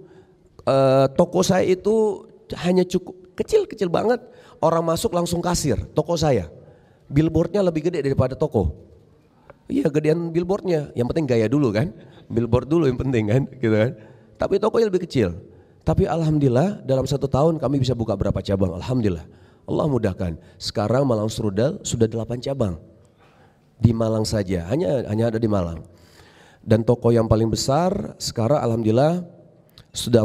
toko saya itu hanya cukup kecil banget, orang masuk langsung kasir toko saya. Billboardnya lebih gede daripada toko. Iya gedean billboardnya, yang penting gaya dulu kan, billboard dulu yang penting kan, gitu kan. Tapi tokonya lebih kecil. Tapi alhamdulillah dalam 1 tahun kami bisa buka berapa cabang, alhamdulillah. Allah mudahkan. Sekarang Malang Strudel sudah 8 cabang di Malang saja, hanya ada di Malang. Dan toko yang paling besar sekarang alhamdulillah sudah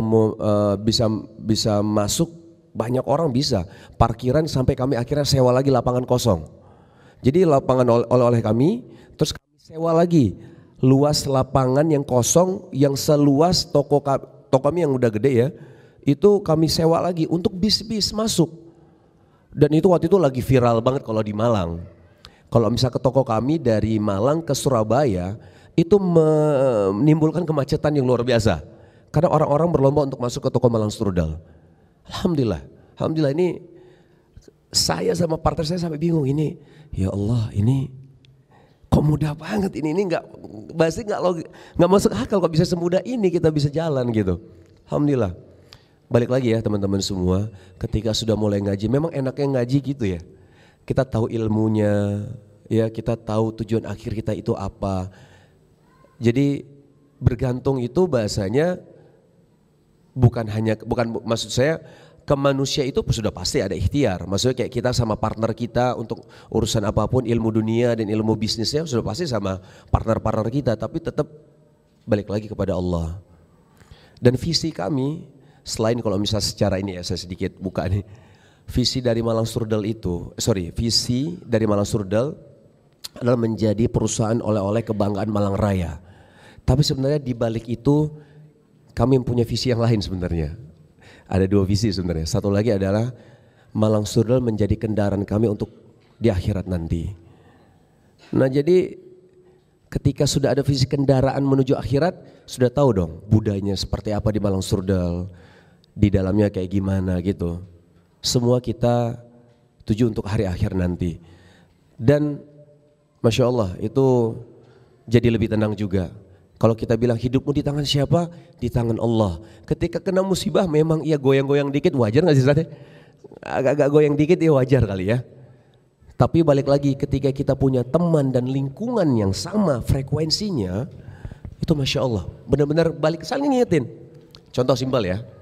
bisa masuk banyak orang bisa. Parkiran sampai kami akhirnya sewa lagi lapangan kosong. Jadi lapangan oleh-oleh kami, terus kami sewa lagi luas lapangan yang kosong yang seluas toko kami yang udah gede ya, itu kami sewa lagi untuk bis-bis masuk. Dan itu waktu itu lagi viral banget kalau di Malang. Kalau misal ke toko kami dari Malang ke Surabaya itu menimbulkan kemacetan yang luar biasa. Karena orang-orang berlomba untuk masuk ke toko Malang Strudel. Alhamdulillah ini saya sama partner saya sampai bingung ini. Ya Allah ini kok mudah banget ini nggak masuk akal kok bisa semudah ini kita bisa jalan gitu. Alhamdulillah. Balik lagi ya teman-teman semua, ketika sudah mulai ngaji, memang enaknya ngaji gitu ya. Kita tahu ilmunya, ya kita tahu tujuan akhir kita itu apa. Jadi bergantung itu bahasanya bukan maksud saya ke manusia itu sudah pasti ada ikhtiar. Maksudnya kayak kita sama partner kita untuk urusan apapun, ilmu dunia dan ilmu bisnisnya sudah pasti sama partner-partner kita, tapi tetap balik lagi kepada Allah. Dan visi kami, selain kalau misalnya secara ini ya saya sedikit buka nih, visi dari Malang Strudel adalah menjadi perusahaan oleh-oleh kebanggaan Malang Raya. Tapi sebenarnya di balik itu kami punya visi yang lain sebenarnya. Ada 2 visi sebenarnya. Satu lagi adalah Malang Strudel menjadi kendaraan kami untuk di akhirat nanti. Nah jadi ketika sudah ada visi kendaraan menuju akhirat, sudah tahu dong budayanya seperti apa di Malang Strudel, di dalamnya kayak gimana gitu. Semua kita tuju untuk hari akhir nanti. Dan Masya Allah itu jadi lebih tenang juga. Kalau kita bilang hidupmu di tangan siapa? Di tangan Allah. Ketika kena musibah memang iya goyang-goyang dikit, wajar gak sih Ustaz? Agak-agak goyang dikit ya wajar kali ya. Tapi balik lagi ketika kita punya teman dan lingkungan yang sama frekuensinya, itu Masya Allah benar-benar balik saling ngingetin. Contoh simpel ya,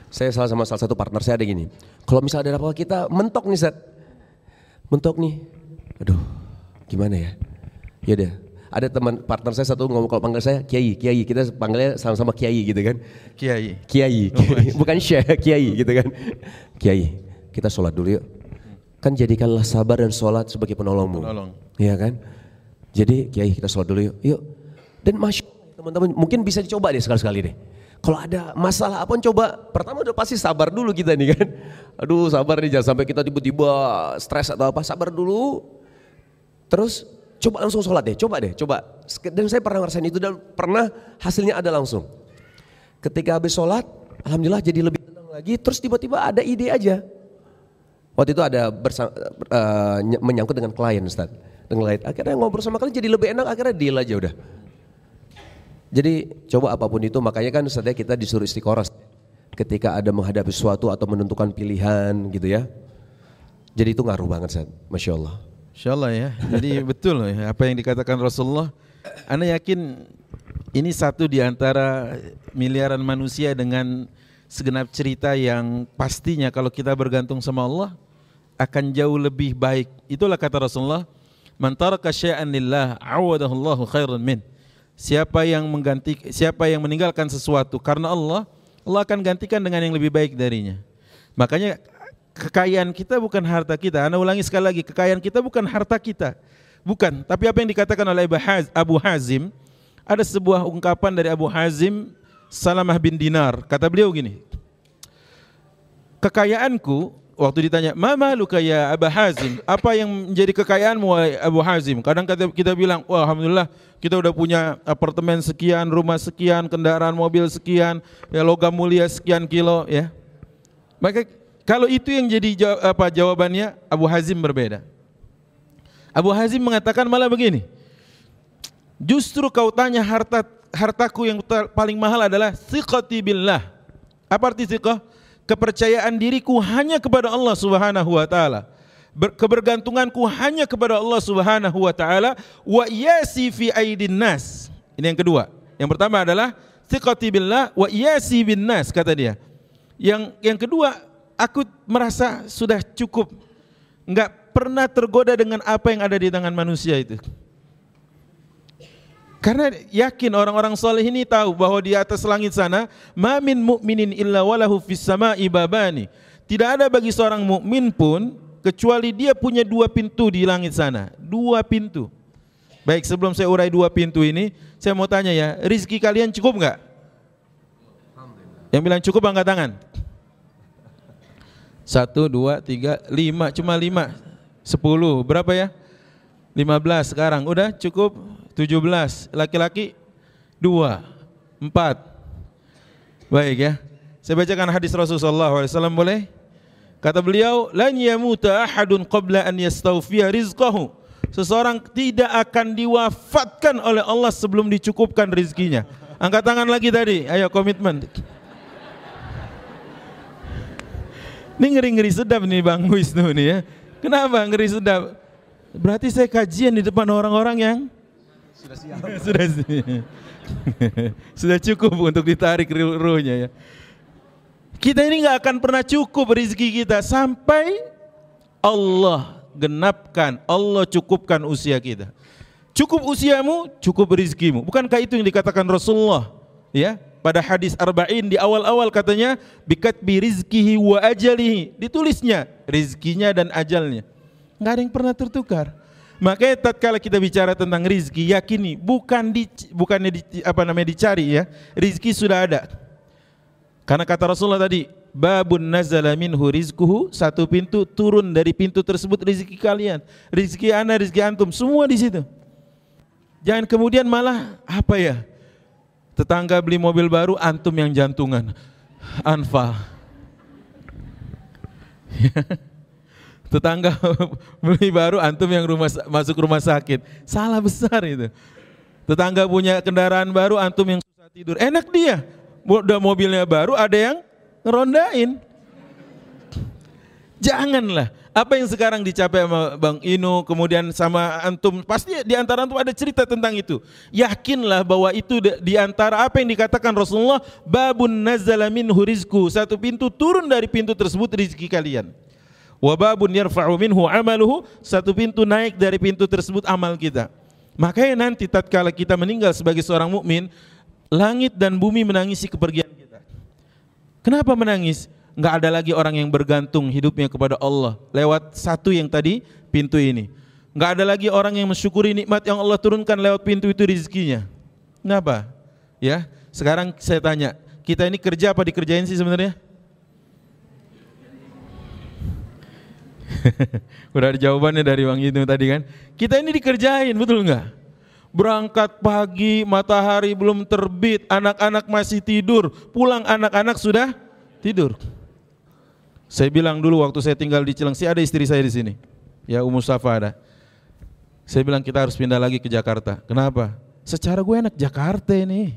Saya salah satu partner saya ada gini. Kalau misalnya ada apa kita mentok nih Ustaz. Mentok nih. Aduh, gimana ya? Ya udah. Ada teman partner saya satu ngomong kalau panggil saya Kiai, kita panggilnya sama-sama Kiai gitu kan. Kiai. Bukan Syekh, Kiai gitu kan. Kiai, kita sholat dulu yuk. Kan jadikanlah sabar dan sholat sebagai penolongmu. Iya kan? Jadi Kiai kita sholat dulu yuk. Dan Masya Allah teman-teman mungkin bisa dicoba deh sekali-sekali deh. Kalau ada masalah apa coba, pertama udah pasti sabar dulu kita nih kan. Aduh sabar nih jangan sampai kita tiba-tiba stres atau apa, sabar dulu. Terus coba langsung sholat deh, coba. Dan saya pernah ngerasain itu dan pernah hasilnya ada langsung. Ketika habis sholat, alhamdulillah jadi lebih tenang lagi, terus tiba-tiba ada ide aja. Waktu itu ada menyangkut dengan klien Ustaz. Akhirnya ngobrol sama klien jadi lebih enak, akhirnya deal aja udah. Jadi coba apapun itu, makanya kan Ustaz kita disuruh istiqoroh ketika ada menghadapi sesuatu atau menentukan pilihan gitu ya. Jadi itu ngaruh banget Ustaz, Masya Allah. Insya Allah ya, jadi betul ya, apa yang dikatakan Rasulullah. Ana yakin ini satu di antara miliaran manusia dengan segenap cerita yang pastinya kalau kita bergantung sama Allah akan jauh lebih baik. Itulah kata Rasulullah, man taraka syai'an lillah awadahu Allahu khairan min. Siapa yang meninggalkan sesuatu karena Allah akan gantikan dengan yang lebih baik darinya. Makanya kekayaan kita bukan harta kita. Ana ulangi sekali lagi, kekayaan kita bukan harta kita. Bukan, tapi apa yang dikatakan oleh Abu Hazim, ada sebuah ungkapan dari Abu Hazim Salamah bin Dinar. Kata beliau gini, kekayaanku, waktu ditanya, "Ma maluka ya Abu Hazim?" Apa yang menjadi kekayaanmu wahai Abu Hazim? Kadang kita bilang, "Wah, alhamdulillah kita udah punya apartemen sekian, rumah sekian, kendaraan mobil sekian, ya logam mulia sekian kilo," ya. Maka kalau itu yang jadi jawabannya, Abu Hazim berbeda. Abu Hazim mengatakan malah begini, justru kau tanya hartaku yang paling mahal adalah thiqati billah. Apa arti thiqah? Kepercayaan diriku hanya kepada Allah Subhanahu wa taala. Kebergantunganku hanya kepada Allah Subhanahu wa taala, wa yasi fi aidin nas. Ini yang kedua. Yang pertama adalah thiqati billah wa yasi bin nas, kata dia. Yang kedua, aku merasa sudah cukup, enggak pernah tergoda dengan apa yang ada di tangan manusia itu. Karena yakin orang-orang soleh ini tahu bahwa di atas langit sana, ma min mu'minin illa walahu fis sama'i babani. Tidak ada bagi seorang mukmin pun kecuali dia punya dua pintu di langit sana, dua pintu. Baik, sebelum saya urai dua pintu ini, saya mau tanya ya, rizki kalian cukup enggak? Yang bilang cukup angkat tangan. 1, 2, 3, 5, cuma 5, 10, berapa ya? 15 sekarang, udah cukup 17, laki-laki 2, 4. Baik ya, saya bacakan hadis Rasulullah SAW boleh? Kata beliau, lan yamuta ahadun qabla an yastawfiya rizqahu. Seseorang tidak akan diwafatkan oleh Allah sebelum dicukupkan rizkinya. Angkat tangan lagi tadi, ayo komitmen. Ini ngeri-ngeri sedap nih Bang Wisnu nih ya. Kenapa ngeri sedap? Berarti saya kajian di depan orang-orang yang sudah siap. Sudah cukup untuk ditarik ruhnya ya. Kita ini nggak akan pernah cukup rezeki kita sampai Allah genapkan, Allah cukupkan usia kita. Cukup usiamu, cukup rezekimu. Bukankah itu yang dikatakan Rasulullah? Ya, pada hadis Arba'in di awal-awal katanya bikatbi rizkihi wa ajalihi, ditulisnya rizkinya dan ajalnya. Nggak ada yang pernah tertukar. Makanya tatkala kita bicara tentang rizki, yakini bukannya dicari ya, rizki sudah ada. Karena kata Rasulullah tadi, babun nazala minhu rizquhu, satu pintu turun dari pintu tersebut rizki kalian, rizki ana, rizki antum, semua di situ. Jangan kemudian malah apa ya? Tetangga beli mobil baru, antum yang jantungan. Anfal. Tetangga beli baru, antum yang masuk rumah sakit. Salah besar itu. Tetangga punya kendaraan baru, antum yang susah tidur. Enak dia. Udah mobilnya baru, ada yang ngerondain. Janganlah. Apa yang sekarang dicapai sama Bang Inu, kemudian sama antum, pasti di antara antum ada cerita tentang itu. Yakinlah bahwa itu di antara apa yang dikatakan Rasulullah, babun nazala minhu rizku, satu pintu turun dari pintu tersebut rezeki kalian. Wa babun yarfa'u minhu amaluhu, satu pintu naik dari pintu tersebut amal kita. Makanya nanti tatkala kita meninggal sebagai seorang mukmin, langit dan bumi menangisi kepergian kita. Kenapa menangis? Enggak ada lagi orang yang bergantung hidupnya kepada Allah lewat satu yang tadi, pintu ini. Enggak ada lagi orang yang mensyukuri nikmat yang Allah turunkan lewat pintu itu rezekinya. Kenapa? Ya, sekarang saya tanya, kita ini kerja apa dikerjain sih sebenarnya? Udah ada jawabannya dari Bang itu tadi kan. Kita ini dikerjain, betul enggak? Berangkat pagi, matahari belum terbit, anak-anak masih tidur, pulang anak-anak sudah tidur. Saya bilang dulu waktu saya tinggal di Cilengsi, ada istri saya di sini, ya Ummu Safa ada. Saya bilang kita harus pindah lagi ke Jakarta. Kenapa? Secara gue enak Jakarta ini.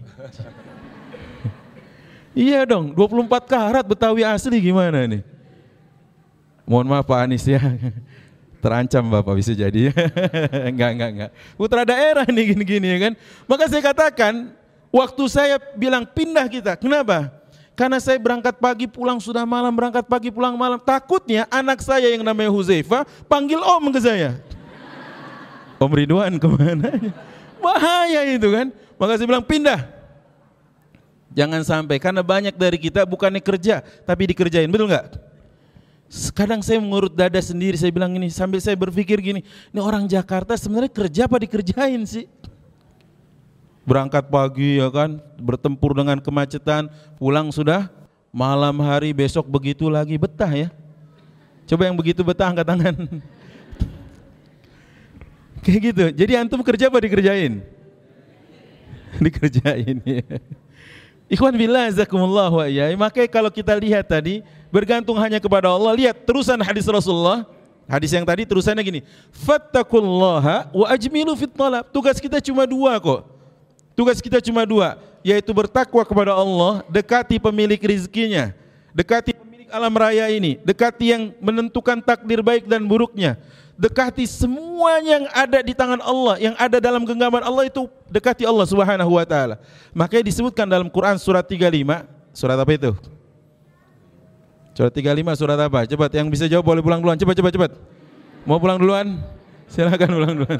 Iya dong, 24 karat Betawi asli gimana nih? Mohon maaf Pak Anies ya, terancam Bapak bisa jadi. Enggak. Putra daerah nih gini-gini ya kan. Maka saya katakan, waktu saya bilang pindah kita, kenapa? Karena saya berangkat pagi pulang sudah malam, berangkat pagi pulang malam. Takutnya anak saya yang namanya Huzaifah panggil om ke saya. Om Ridwan kemana? Bahaya itu kan. Maka saya bilang pindah. Jangan sampai, karena banyak dari kita bukannya kerja tapi dikerjain, betul nggak? Kadang saya mengurut dada sendiri, saya bilang ini sambil saya berpikir gini, ini orang Jakarta sebenarnya kerja apa dikerjain sih? Berangkat pagi ya kan, bertempur dengan kemacetan, pulang sudah malam hari, besok begitu lagi, betah ya. Coba yang begitu betah angkat tangan. Kayak gitu. Jadi antum kerja apa dikerjain? Dikerjain ya. Ikhwan billah jazakumullah wa iyyakum. Makanya kalau kita lihat tadi, bergantung hanya kepada Allah, lihat terusan hadis Rasulullah. Hadis yang tadi terusannya gini, fattaqullaha wa ajmilu fit talab. Tugas kita cuma dua kok. Tugas kita cuma dua, yaitu bertakwa kepada Allah, dekati pemilik rizkinya, dekati pemilik alam raya ini, dekati yang menentukan takdir baik dan buruknya, dekati semua yang ada di tangan Allah, yang ada dalam genggaman Allah itu, dekati Allah Subhanahu wa taala. Makanya disebutkan dalam Quran surat 35, surat apa itu? Surat 35 surat apa? Cepat yang bisa jawab boleh pulang duluan, cepat. Mau pulang duluan? Silakan pulang duluan.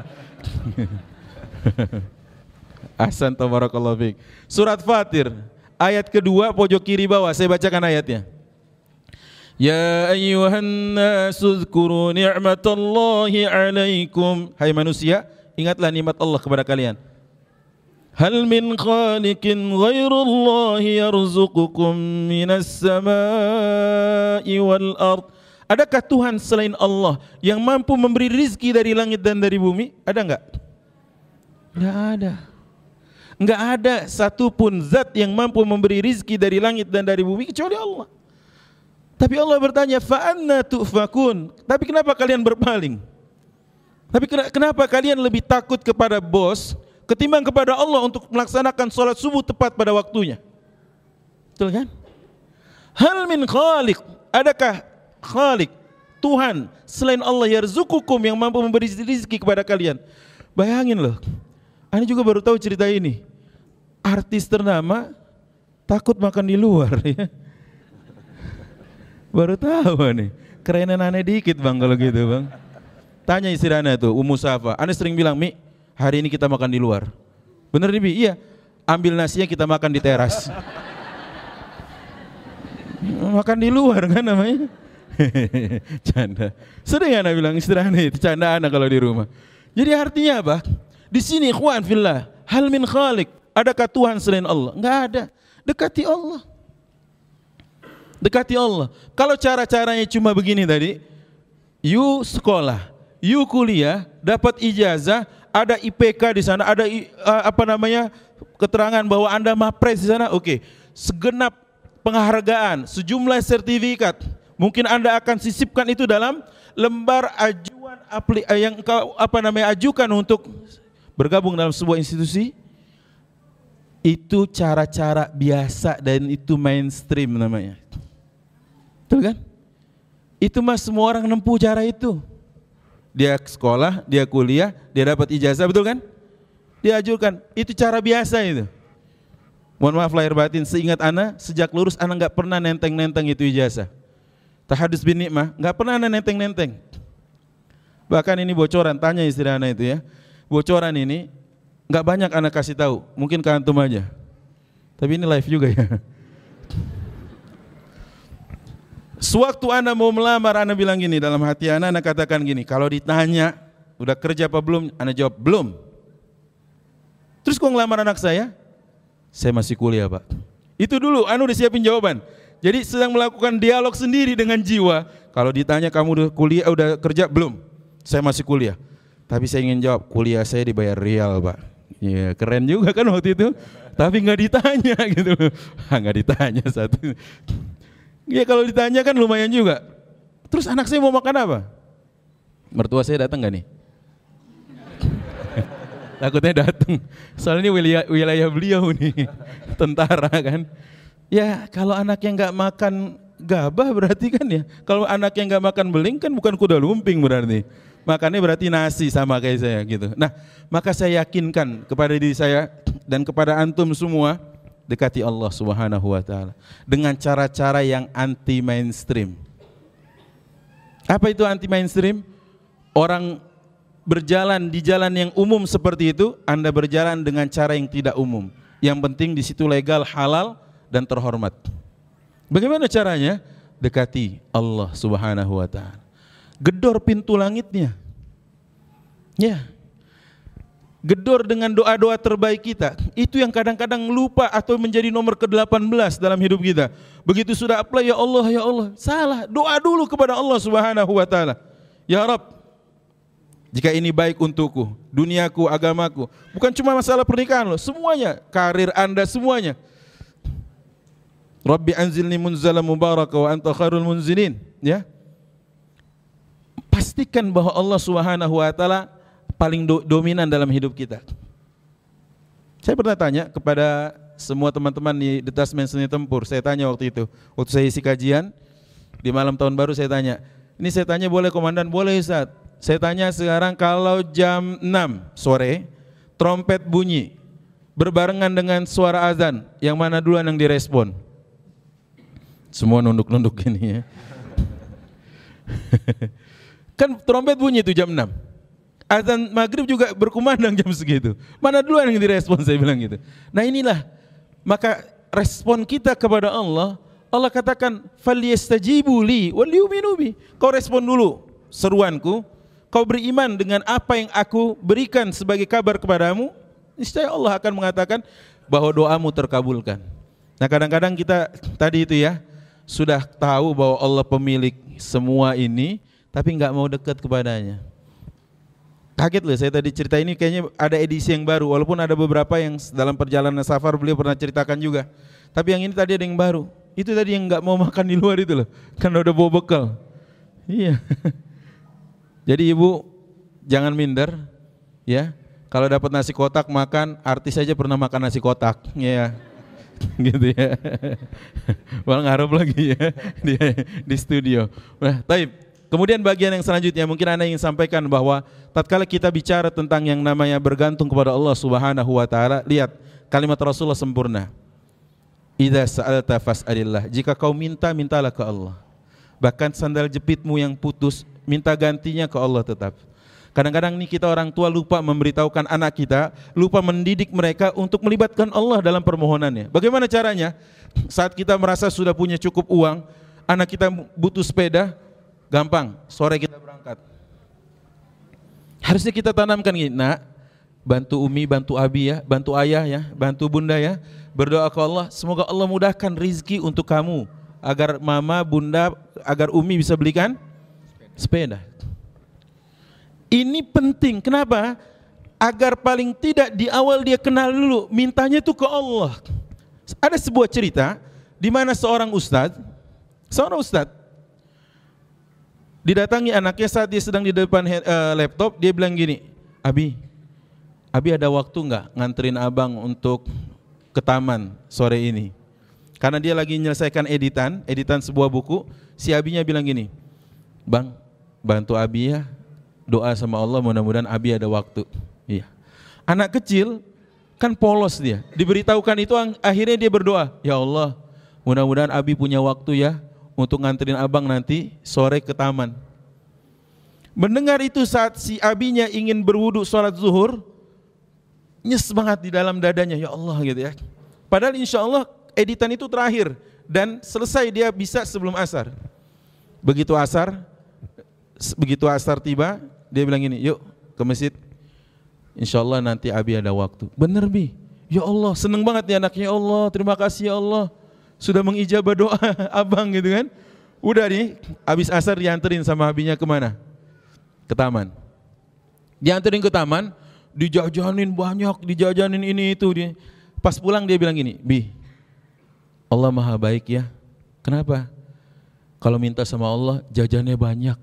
Ahsan tabarakallahu fiik. Surat Fatir ayat kedua pojok kiri bawah, saya bacakan ayatnya. Ya ayyuhan nasu dzkuru ni'matallahi 'alaikum. Hai manusia, ingatlah nikmat Allah kepada kalian. Hal min khaliqin ghairullahi yarzuqukum minas samai wal ard. Adakah Tuhan selain Allah yang mampu memberi rizki dari langit dan dari bumi? Ada enggak? Enggak ada. Enggak ada satupun zat yang mampu memberi rizki dari langit dan dari bumi kecuali Allah. Tapi Allah bertanya, fa'anna tu'fakun. Tapi kenapa kalian berpaling? Tapi kenapa kalian lebih takut kepada bos ketimbang kepada Allah untuk melaksanakan sholat subuh tepat pada waktunya? Betul kan? Hal min khaliq. Adakah khaliq, Tuhan selain Allah yarzukukum yang mampu memberi rizki kepada kalian? Bayangin loh. Ani juga baru tahu cerita ini. Artis ternama takut makan di luar ya. Baru tahu nih. Kerenan aneh dikit bang kalau gitu bang. Tanya istri Ana tuh, Ummu Safa. Ana sering bilang, Mi, hari ini kita makan di luar. Bener nih Bi? Iya. Ambil nasinya kita makan di teras. Makan di luar kan namanya. Canda. Sering Ana bilang istri Ana itu canda Ana kalau di rumah. Jadi artinya apa? Di sini ikhwan fillah, hal min khaliq. Adakah Tuhan selain Allah? Enggak ada. Dekati Allah. Dekati Allah. Kalau cara-caranya cuma begini tadi, you sekolah, you kuliah, dapat ijazah, ada IPK di sana, ada keterangan bahwa Anda mapres di sana, oke. Segenap penghargaan, sejumlah sertifikat, mungkin Anda akan sisipkan itu dalam lembar ajuan yang kau ajukan untuk bergabung dalam sebuah institusi. Itu cara-cara biasa dan itu mainstream namanya. Betul kan? Itu mas semua orang nempuh cara itu. Dia sekolah, dia kuliah, dia dapat ijazah, betul kan? Dia ajukan, itu cara biasa itu. Mohon maaf lahir batin, seingat ana sejak lulus ana nggak pernah nenteng-nenteng itu ijazah. Tahadus bin nikmah nggak pernah ana nenteng-nenteng. Bahkan ini bocoran, tanya istri ana itu ya. Bocoran ini nggak banyak ana kasih tahu, mungkin ke antum aja. Tapi ini live juga ya. Sewaktu ana mau melamar, ana bilang gini dalam hati ana katakan gini, kalau ditanya udah kerja apa belum, ana jawab belum. Terus kok ngelamar anak saya? Saya masih kuliah pak. Itu dulu, ana udah siapin jawaban. Jadi sedang melakukan dialog sendiri dengan jiwa. Kalau ditanya kamu udah kuliah, udah kerja belum? Saya masih kuliah. Tapi saya ingin jawab, kuliah saya dibayar rial pak. Ya keren juga kan waktu itu. Tapi nggak ditanya gitu. Nggak ditanya satu. Ya kalau ditanya kan lumayan juga. Terus anak saya mau makan apa? Mertua saya datang gak nih? Takutnya datang. Soalnya ini wilayah beliau nih, tentara kan. Ya kalau anaknya nggak makan gabah berarti kan ya. Kalau anaknya nggak makan beling kan bukan kuda lumping berarti. Makannya berarti nasi sama kayak saya gitu. Nah maka saya yakinkan kepada diri saya dan kepada antum semua, dekati Allah Subhanahu wa taala dengan cara-cara yang anti mainstream. Apa itu anti mainstream? Orang berjalan di jalan yang umum seperti itu, Anda berjalan dengan cara yang tidak umum. Yang penting di situ legal, halal dan terhormat. Bagaimana caranya? Dekati Allah Subhanahu wa taala. Gedor pintu langitnya. Ya. Gedor dengan doa-doa terbaik kita. Itu yang kadang-kadang lupa atau menjadi nomor ke-18 dalam hidup kita. Begitu sudah apply, ya Allah, ya Allah. Salah, doa dulu kepada Allah Subhanahu wa taala. Ya Rabb, jika ini baik untukku, duniaku, agamaku. Bukan cuma masalah pernikahan loh, semuanya, karir Anda semuanya. Rabbi anzilni munzalan mubaraka wa anta khairul munzilin, ya. Pastikan bahwa Allah Subhanahu wa taala paling dominan dalam hidup kita. Saya pernah tanya kepada semua teman-teman di Detasmen Seni Tempur, saya tanya waktu itu, waktu saya isi kajian di malam tahun baru, saya tanya, ini saya tanya boleh komandan? Boleh Ustaz. Saya tanya sekarang, kalau jam 6 sore trompet bunyi berbarengan dengan suara azan, yang mana duluan yang direspon? Semua nunduk-nunduk gini ya. Kan trompet bunyi itu jam 6. Azan maghrib juga berkumandang jam segitu. Mana duluan yang direspon, saya bilang gitu. Nah inilah, maka respon kita kepada Allah, Allah katakan, falyastajibu li wal yu'minu bi. Kau respon dulu seruanku, kau beriman dengan apa yang aku berikan sebagai kabar kepadamu, niscaya Allah akan mengatakan bahwa doamu terkabulkan. Nah kadang-kadang kita tadi itu ya, sudah tahu bahwa Allah pemilik semua ini, tapi nggak mau dekat kepadanya. Kaget loh, saya tadi cerita ini kayaknya ada edisi yang baru, walaupun ada beberapa yang dalam perjalanan safar beliau pernah ceritakan juga. Tapi yang ini tadi ada yang baru. Itu tadi yang nggak mau makan di luar itu loh, karena udah bawa bekal. Iya. Jadi ibu jangan minder, ya. Kalau dapat nasi kotak makan, artis saja pernah makan nasi kotak, ya. Gitu ya. Malah ngarep lagi ya di studio. Nah, taib. Kemudian bagian yang selanjutnya mungkin Anda ingin sampaikan bahwa tatkala kita bicara tentang yang namanya bergantung kepada Allah Subhanahu wa taala, lihat kalimat Rasulullah sempurna. Idza sa'alta fas'alillah. Jika kau minta, mintalah ke Allah. Bahkan sandal jepitmu yang putus, minta gantinya ke Allah tetap. Kadang-kadang nih kita orang tua lupa memberitahukan anak kita, lupa mendidik mereka untuk melibatkan Allah dalam permohonannya. Bagaimana caranya? Saat kita merasa sudah punya cukup uang, anak kita butuh sepeda, gampang, sore kita berangkat. Harusnya kita tanamkan gini, nak, bantu umi, bantu abi ya, bantu ayah ya, bantu bunda ya. Berdoa ke Allah, semoga Allah mudahkan rizki untuk kamu, agar mama, bunda, agar umi bisa belikan sepeda. Ini penting, kenapa? Agar paling tidak di awal dia kenal dulu, mintanya itu ke Allah. Ada sebuah cerita, di mana seorang ustadz didatangi anaknya saat dia sedang di depan laptop, dia bilang gini, Abi ada waktu nggak nganterin abang untuk ke taman sore ini? Karena dia lagi menyelesaikan editan sebuah buku. Si abinya bilang gini, Bang, bantu Abi ya, doa sama Allah mudah-mudahan Abi ada waktu. Iya. Anak kecil kan polos dia, diberitahukan itu akhirnya dia berdoa, ya Allah mudah-mudahan Abi punya waktu ya untuk nganterin abang nanti sore ke taman. Mendengar itu saat si abinya ingin berwudu sholat zuhur, nyes banget di dalam dadanya, ya Allah gitu ya. Padahal insya Allah editan itu terakhir dan selesai dia bisa sebelum asar. Begitu asar tiba, dia bilang gini, yuk ke masjid, insya Allah nanti Abi ada waktu. Bener Bi, ya Allah seneng banget nih anaknya, ya Allah terima kasih ya Allah sudah mengijabah doa abang gitu kan. Udah nih, habis asar dianterin sama abinya kemana? Ke taman. Dianterin ke taman, dijajanin banyak, dijajanin ini itu. Pas pulang dia bilang gini, Bi, Allah maha baik ya. Kenapa? Kalau minta sama Allah, jajannya banyak.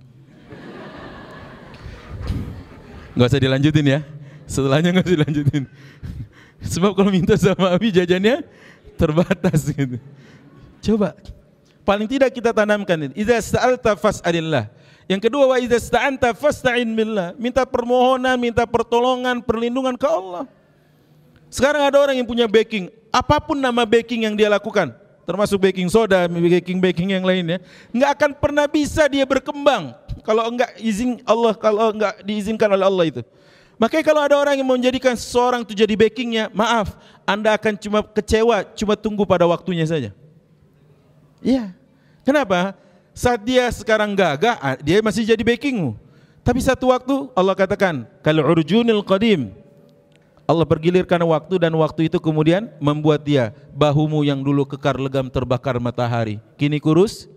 Gak usah dilanjutin ya, setelahnya gak usah dilanjutin. Sebab kalau minta sama Abi jajannya terbatas gitu. Coba, paling tidak kita tanamkan itu. Idza sta'alta fas'alillah. Yang kedua, wa idza sta'anta fasta'in billah. Minta permohonan, minta pertolongan, perlindungan ke Allah. Sekarang ada orang yang punya baking, apapun nama baking yang dia lakukan, termasuk baking soda, baking yang lainnya, nggak akan pernah bisa dia berkembang kalau enggak izin Allah, kalau enggak diizinkan oleh Allah itu. Makanya kalau ada orang yang menjadikan seseorang itu jadi bakingnya, maaf, Anda akan cuma kecewa, cuma tunggu pada waktunya saja. Iya. Kenapa? Saat dia sekarang gagah, dia masih jadi bakingmu. Tapi satu waktu Allah katakan, kal urjunil qadim. Allah pergilirkan waktu dan waktu itu kemudian membuat dia bahumu yang dulu kekar legam terbakar matahari, kini kurus.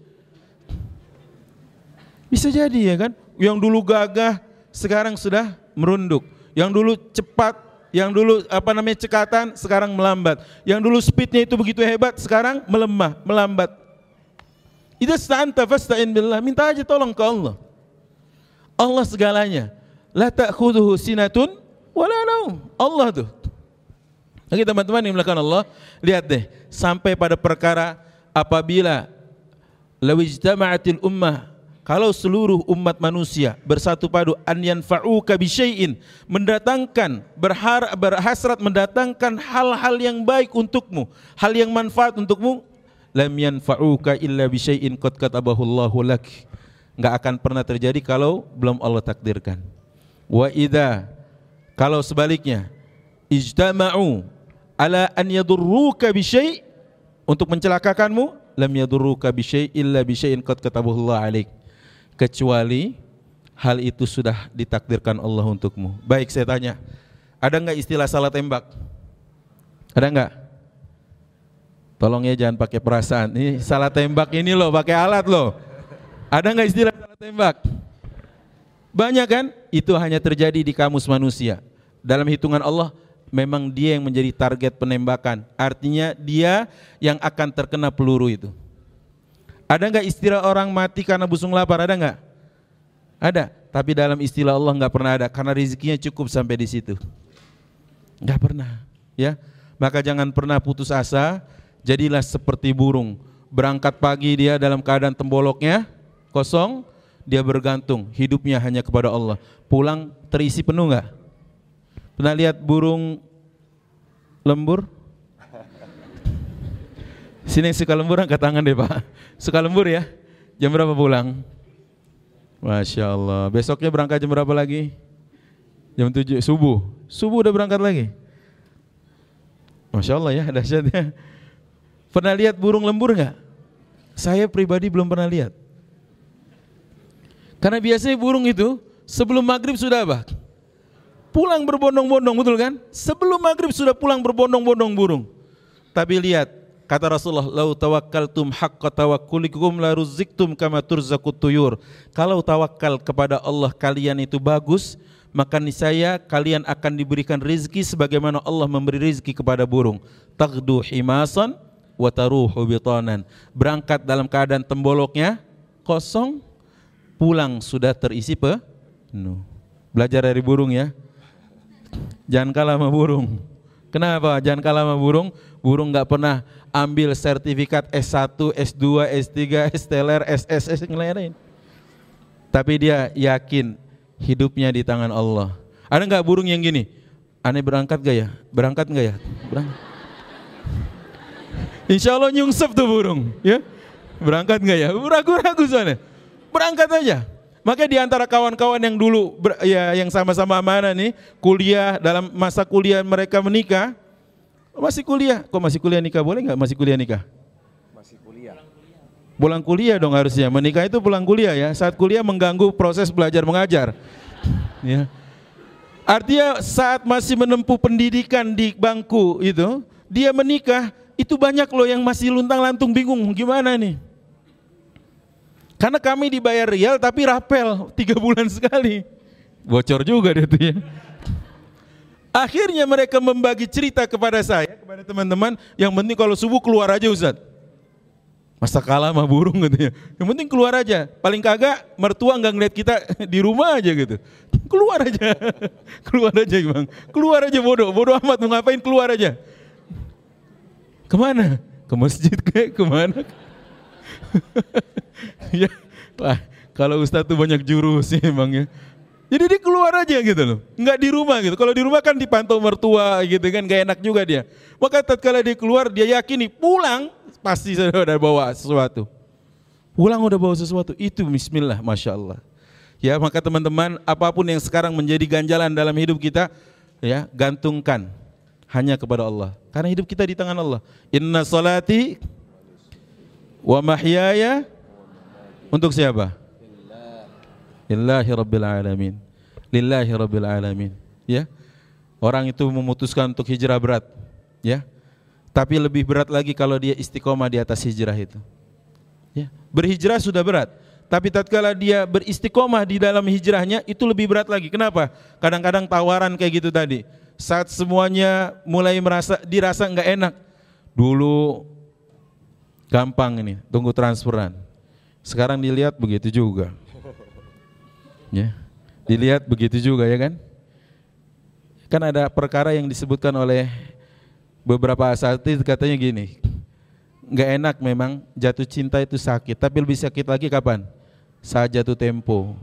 Bisa jadi ya kan? Yang dulu gagah sekarang sudah merunduk. Yang dulu cepat, yang dulu cekatan sekarang melambat. Yang dulu speednya itu begitu hebat sekarang melemah, melambat. Idza sta'anta fasta'in billah, minta aja tolong ke Allah. Allah segalanya. La ta'khudhuhu sinatun wala naum. Allah tuh. Oke teman-teman yang melakukan Allah, lihat deh, sampai pada perkara apabila lawijtama'atil ummah, kalau seluruh umat manusia bersatu padu an yanfa'uka bi syai'in, mendatangkan berhasrat mendatangkan hal-hal yang baik untukmu, hal yang manfaat untukmu, lam yanfa'uka illa bi syai'in qad katabahu Allahu lak. Enggak akan pernah terjadi kalau belum Allah takdirkan. Wa idza, kalau sebaliknya, ijtama'u ala an yadurruka bi syai', untuk mencelakakanmu, lam yadurruka bi syai' illa bi syai'in qad katabahu Allah alaik. Kecuali hal itu sudah ditakdirkan Allah untukmu. Baik, saya tanya, ada enggak istilah salah tembak? Ada enggak? Tolong ya jangan pakai perasaan. Ini salah tembak ini loh, pakai alat loh. Ada enggak istilah salah tembak? Banyak kan? Itu hanya terjadi di kamus manusia. Dalam hitungan Allah memang dia yang menjadi target penembakan. Artinya dia yang akan terkena peluru itu. Ada enggak istilah orang mati karena busung lapar? Ada enggak? Ada. Tapi dalam istilah Allah enggak pernah ada, karena rezekinya cukup sampai di situ. Enggak pernah, ya. Maka jangan pernah putus asa. Jadilah seperti burung. Berangkat pagi dia dalam keadaan temboloknya kosong, dia bergantung hidupnya hanya kepada Allah. Pulang terisi penuh enggak? Pernah lihat burung lembur? Sini yang suka lembur angkat tangan deh Pak. Suka lembur ya? Jam berapa pulang? Masya Allah. Besoknya berangkat jam berapa lagi? Jam 7 subuh. Subuh udah berangkat lagi. Masya Allah ya, dahsyatnya. Pernah lihat burung lembur enggak? Saya pribadi belum pernah lihat. Karena biasanya burung itu sebelum maghrib sudah apa? Pulang berbondong-bondong, betul kan? Sebelum maghrib sudah pulang berbondong-bondong burung. Tapi lihat, kata Rasulullah, "Lau tawakkaltum haqqa tawakkulikum la ruziktum kama turzaqut tuyur." Kalau tawakal kepada Allah kalian itu bagus, maka niscaya kalian akan diberikan rezeki sebagaimana Allah memberi rezeki kepada burung. Taghdu himasan wa taruhu bitanan. Berangkat dalam keadaan temboloknya kosong, pulang sudah terisi penuh. Belajar dari burung ya. Jangan kalah sama burung. Kenapa? Jangan kalah sama burung. Burung enggak pernah ambil sertifikat S1, S2, S3, S-teler, SS yang lain-lain. Tapi dia yakin hidupnya di tangan Allah. Ada nggak burung yang gini? Aneh berangkat gak ya? Berangkat nggak ya? Berangkat. Insya Allah nyungsep tuh burung, ya. Berangkat nggak ya? Ragu-ragu soalnya. Berangkat aja. Maka di antara kawan-kawan yang dulu yang sama-sama amanah nih, kuliah, dalam masa kuliah mereka menikah, masih kuliah. Kok masih kuliah nikah? Boleh nggak masih kuliah nikah? Masih kuliah. Pulang kuliah dong harusnya. Menikah itu pulang kuliah ya. Saat kuliah mengganggu proses belajar mengajar. Ya. Artinya saat masih menempuh pendidikan di bangku itu, dia menikah, itu banyak loh yang masih luntang-lantung bingung gimana nih. Karena kami dibayar rial tapi rapel 3 bulan sekali. Bocor juga deh tuh ya. Akhirnya mereka membagi cerita kepada saya, kepada teman-teman, yang penting kalau subuh keluar aja Ustaz. Masa kalah sama burung gitu ya. Yang penting keluar aja. Paling kagak mertua nggak ngeliat kita di rumah aja gitu. Keluar aja. Keluar aja Bang. Keluar aja bodoh amat mau ngapain, keluar aja. Kemana? Ke masjid kayak kemana? Ya, wah, kalau Ustaz tuh banyak jurus sih Bang ya. Jadi dia keluar aja gitu loh, nggak di rumah gitu. Kalau di rumah kan dipantau mertua gitu kan, gak enak juga dia. Maka tatkala dia keluar, dia yakin nih pulang pasti sudah bawa sesuatu. Pulang udah bawa sesuatu, itu bismillah, Masya Allah. Ya, maka teman-teman, apapun yang sekarang menjadi ganjalan dalam hidup kita, ya gantungkan hanya kepada Allah. Karena hidup kita di tangan Allah. Inna salati wa mahyaya, untuk siapa? Lillahi rabbil alamin. Lillahi rabbil alamin. Ya. Orang itu memutuskan untuk hijrah berat, ya. Tapi lebih berat lagi kalau dia istiqomah di atas hijrah itu. Ya. Berhijrah sudah berat, tapi tatkala dia beristiqomah di dalam hijrahnya itu lebih berat lagi. Kenapa? Kadang-kadang tawaran kayak gitu tadi. Saat semuanya mulai dirasa enggak enak. Dulu gampang ini, tunggu transferan. Sekarang dilihat begitu juga. Ya. Dilihat begitu juga ya kan? Kan ada perkara yang disebutkan oleh beberapa asatidz katanya gini. Enggak enak memang jatuh cinta itu sakit, tapi lebih sakit lagi kapan? Saat jatuh tempo.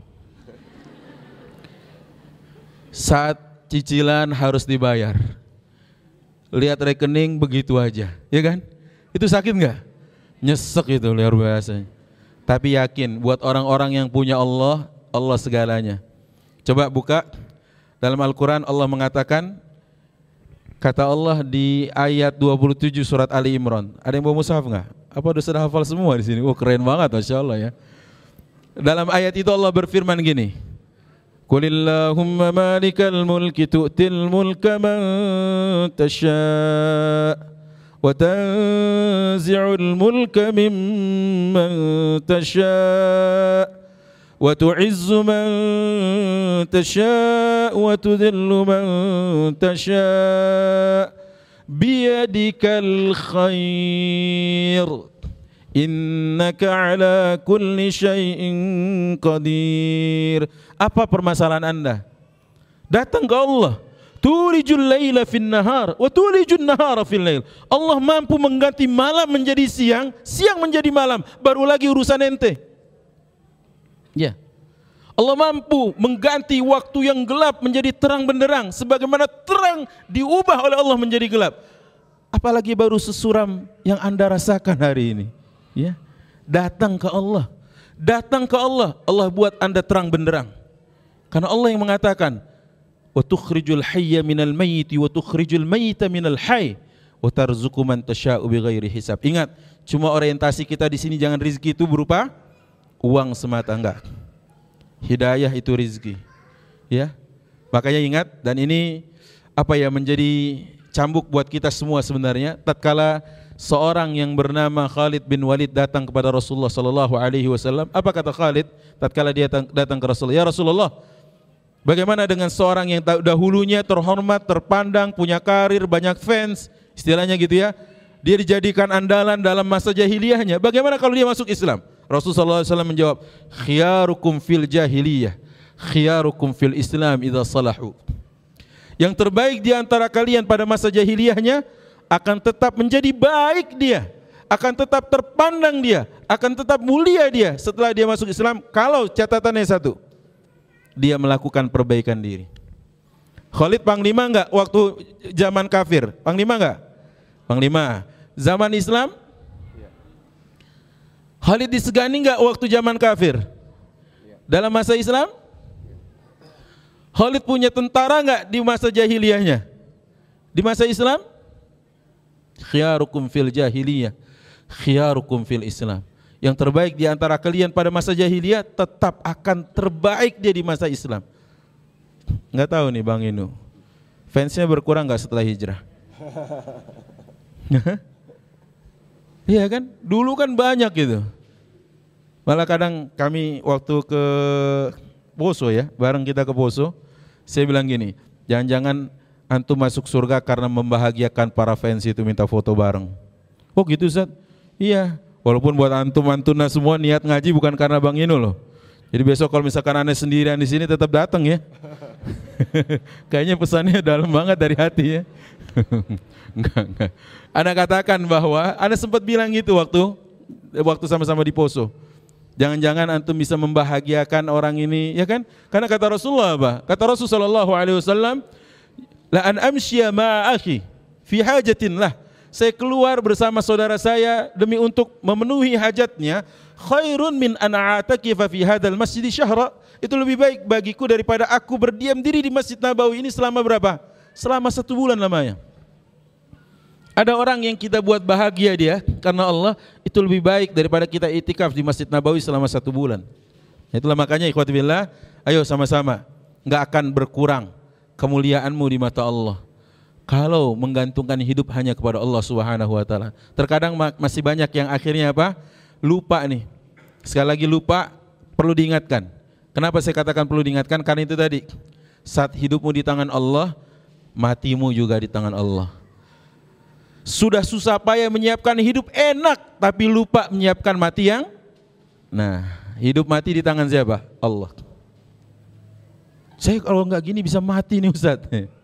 Saat cicilan harus dibayar. Lihat rekening begitu aja, ya kan? Itu sakit enggak? Nyesek itu luar biasa. Tapi yakin buat orang-orang yang punya Allah, Allah segalanya. Coba buka dalam Al-Quran, Allah mengatakan, kata Allah di ayat 27 surat Ali Imran. Ada yang bawa mushaf enggak? Apa udah sudah hafal semua di sini? Oh keren banget, Masya Allah ya. Dalam ayat itu Allah berfirman gini, Qulillahumma malikal mulki tu'til mulka man tasha' wa tanzi'ul mulka mimman tasha' wa tu'izzu man tasha' wa tudhillu man tasha' biyadikal khair innaka ala kulli syai'in qadir. Apa permasalahan Anda? Datang ke Allah. Tulijul laila fin nahar wa tulijun nahara fil lail. Allah mampu mengganti malam menjadi siang, siang menjadi malam, baru lagi urusan ente. Ya. Allah mampu mengganti waktu yang gelap menjadi terang benderang, sebagaimana terang diubah oleh Allah menjadi gelap. Apalagi baru sesuram yang Anda rasakan hari ini. Ya. Datang ke Allah. Datang ke Allah. Allah buat Anda terang benderang. Karena Allah yang mengatakan, wa tukhrijul hayya minal mayyiti wa tukhrijul mayyita minal hayy wa tarzuqu man tasya'u bighairi hisab. Ingat, cuma orientasi kita di sini jangan rizki itu berupa uang semata, enggak. Hidayah itu rizki. Ya. Makanya ingat, dan ini apa ya, menjadi cambuk buat kita semua sebenarnya. Tatkala seorang yang bernama Khalid bin Walid datang kepada Rasulullah sallallahu alaihi wasallam, apa kata Khalid tatkala dia datang ke Rasulullah? Ya Rasulullah, bagaimana dengan seorang yang dahulunya terhormat, terpandang, punya karir, banyak fans, istilahnya gitu ya. Dia dijadikan andalan dalam masa jahiliyahnya. Bagaimana kalau dia masuk Islam? Rasulullah SAW menjawab, khiyarukum fil jahiliyah, khiyarukum fil Islam idza salahu. Yang terbaik di antara kalian pada masa jahiliyahnya akan tetap menjadi baik dia, akan tetap terpandang dia, akan tetap mulia dia setelah dia masuk Islam kalau catatannya satu, dia melakukan perbaikan diri. Khalid panglima enggak waktu zaman kafir? Panglima enggak? Panglima. Zaman Islam? Khalid disegani enggak waktu zaman kafir? Dalam masa Islam? Khalid punya tentara enggak di masa jahiliyahnya? Di masa Islam? Khiyarukum fil jahiliyah, khiyarukum fil Islam. Yang terbaik di antara kalian pada masa jahiliyah tetap akan terbaik dia di masa Islam. Enggak tahu nih Bang Inu, fansnya berkurang enggak setelah hijrah? Iya kan? Dulu kan banyak gitu. Malah kadang kami waktu ke Poso ya, bareng kita ke Poso, saya bilang gini, jangan-jangan antum masuk surga karena membahagiakan para fans itu minta foto bareng. Oh gitu Ustaz? Iya. Walaupun buat antum-antuna semua niat ngaji bukan karena Bang Inu loh. Jadi besok kalau misalkan aneh sendirian di sini tetap datang ya. Kayaknya pesannya dalam banget dari hati ya. Enggak. Ana katakan bahwa Ana sempat bilang gitu waktu sama-sama di Poso. Jangan-jangan antum bisa membahagiakan orang ini, ya kan? Karena kata Rasulullah apa? Kata Rasulullah sallallahu alaihi wasallam, la an amshiya ma'a akhi fi hajatin lah. Saya keluar bersama saudara saya demi untuk memenuhi hajatnya, khairun min an a'takifa fi hadzal masjid syahra. Itu lebih baik bagiku daripada aku berdiam diri di Masjid Nabawi ini selama berapa? Selama 1 bulan lamanya. Ada orang yang kita buat bahagia dia karena Allah, itu lebih baik daripada kita itikaf di Masjid Nabawi selama 1 bulan. Itulah makanya ikhwati billah, ayo sama-sama, enggak akan berkurang kemuliaanmu di mata Allah kalau menggantungkan hidup hanya kepada Allah Subhanahu wa taala. Terkadang masih banyak yang akhirnya apa? Lupa nih. Sekali lagi lupa, perlu diingatkan. Kenapa saya katakan perlu diingatkan? Karena itu tadi, saat hidupmu di tangan Allah, matimu juga di tangan Allah. Sudah susah payah menyiapkan hidup enak, tapi lupa menyiapkan mati yang, nah, hidup mati di tangan siapa? Allah. Saya kalau enggak gini bisa mati nih Ustaz.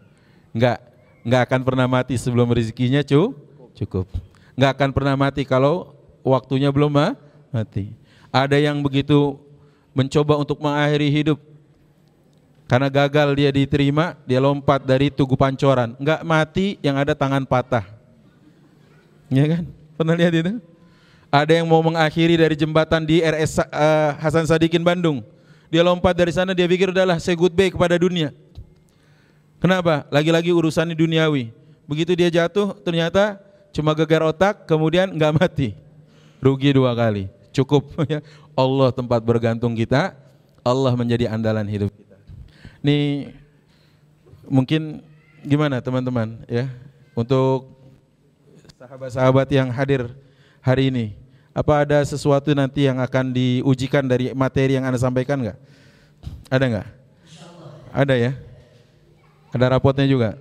Enggak akan pernah mati sebelum rezekinya cukup. Enggak akan pernah mati kalau waktunya belum mati. Ada yang begitu mencoba untuk mengakhiri hidup, karena gagal dia diterima, dia lompat dari Tugu Pancoran. Enggak mati, yang ada tangan patah. Ya kan? Pernah lihat itu? Ada yang mau mengakhiri dari jembatan di RS Hasan Sadikin Bandung. Dia lompat dari sana, dia pikir udahlah say goodbye kepada dunia. Kenapa? Lagi-lagi urusannya duniawi. Begitu dia jatuh, ternyata cuma gegar otak, kemudian enggak mati. Rugi 2 kali. Cukup ya. Allah tempat bergantung kita, Allah menjadi andalan hidup kita. Nih mungkin gimana teman-teman ya, untuk sahabat-sahabat yang hadir hari ini, apa ada sesuatu nanti yang akan diujikan dari materi yang Anda sampaikan enggak? Ada enggak? Ada ya? Ada rapotnya juga?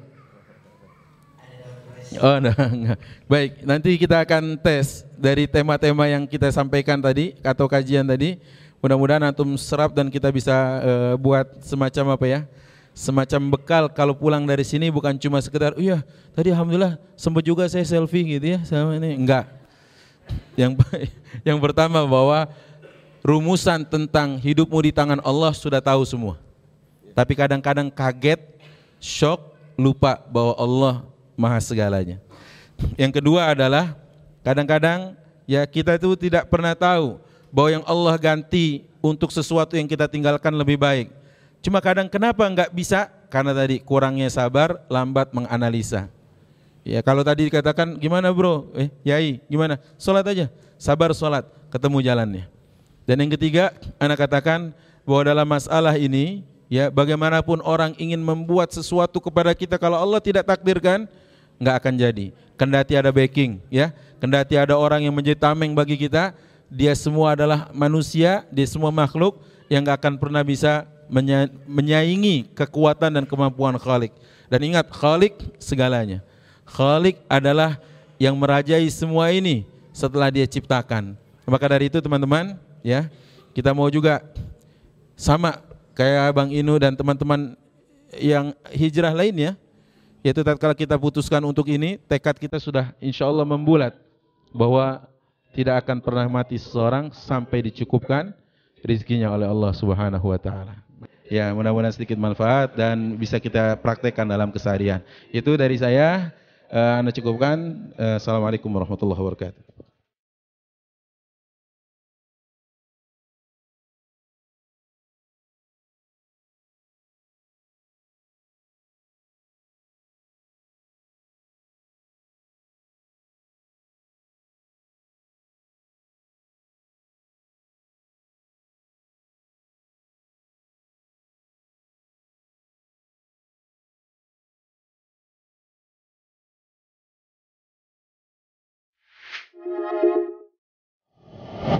Oh enggak. Baik, nanti kita akan tes dari tema-tema yang kita sampaikan tadi atau kajian tadi. Mudah-mudahan antum serap dan kita bisa buat semacam apa ya? Semacam bekal kalau pulang dari sini, bukan cuma sekedar, iya tadi alhamdulillah sempat juga saya selfie gitu ya sama ini. Enggak. Yang pertama bahwa rumusan tentang hidupmu di tangan Allah sudah tahu semua. Tapi kadang-kadang kaget, shock, lupa bahwa Allah maha segalanya. Yang kedua adalah kadang-kadang ya kita itu tidak pernah tahu bahwa yang Allah ganti untuk sesuatu yang kita tinggalkan lebih baik. Cuma kadang kenapa enggak bisa? Karena tadi kurangnya sabar, lambat menganalisa. Ya kalau tadi dikatakan gimana bro? Yai gimana? Sholat aja, sabar sholat, ketemu jalannya. Dan yang ketiga, anak katakan bahwa dalam masalah ini, ya bagaimanapun orang ingin membuat sesuatu kepada kita, kalau Allah tidak takdirkan, enggak akan jadi. Kendati ada backing, ya, kendati ada orang yang menjadi tameng bagi kita, dia semua adalah manusia, dia semua makhluk yang enggak akan pernah bisa menyaingi kekuatan dan kemampuan Khalik. Dan ingat, Khalik segalanya. Khalik adalah yang merajai semua ini setelah dia ciptakan. Maka dari itu teman-teman, ya, kita mau juga sama kayak Bang Inu dan teman-teman yang hijrah lainnya, yaitu tatkala kita putuskan untuk ini, tekad kita sudah insya Allah membulat bahwa tidak akan pernah mati seseorang sampai dicukupkan rizkinya oleh Allah Subhanahu wa taala. Ya, mudah-mudahan sedikit manfaat dan bisa kita praktekkan dalam keseharian. Itu dari saya, Anda cukupkan. Assalamualaikum warahmatullahi wabarakatuh.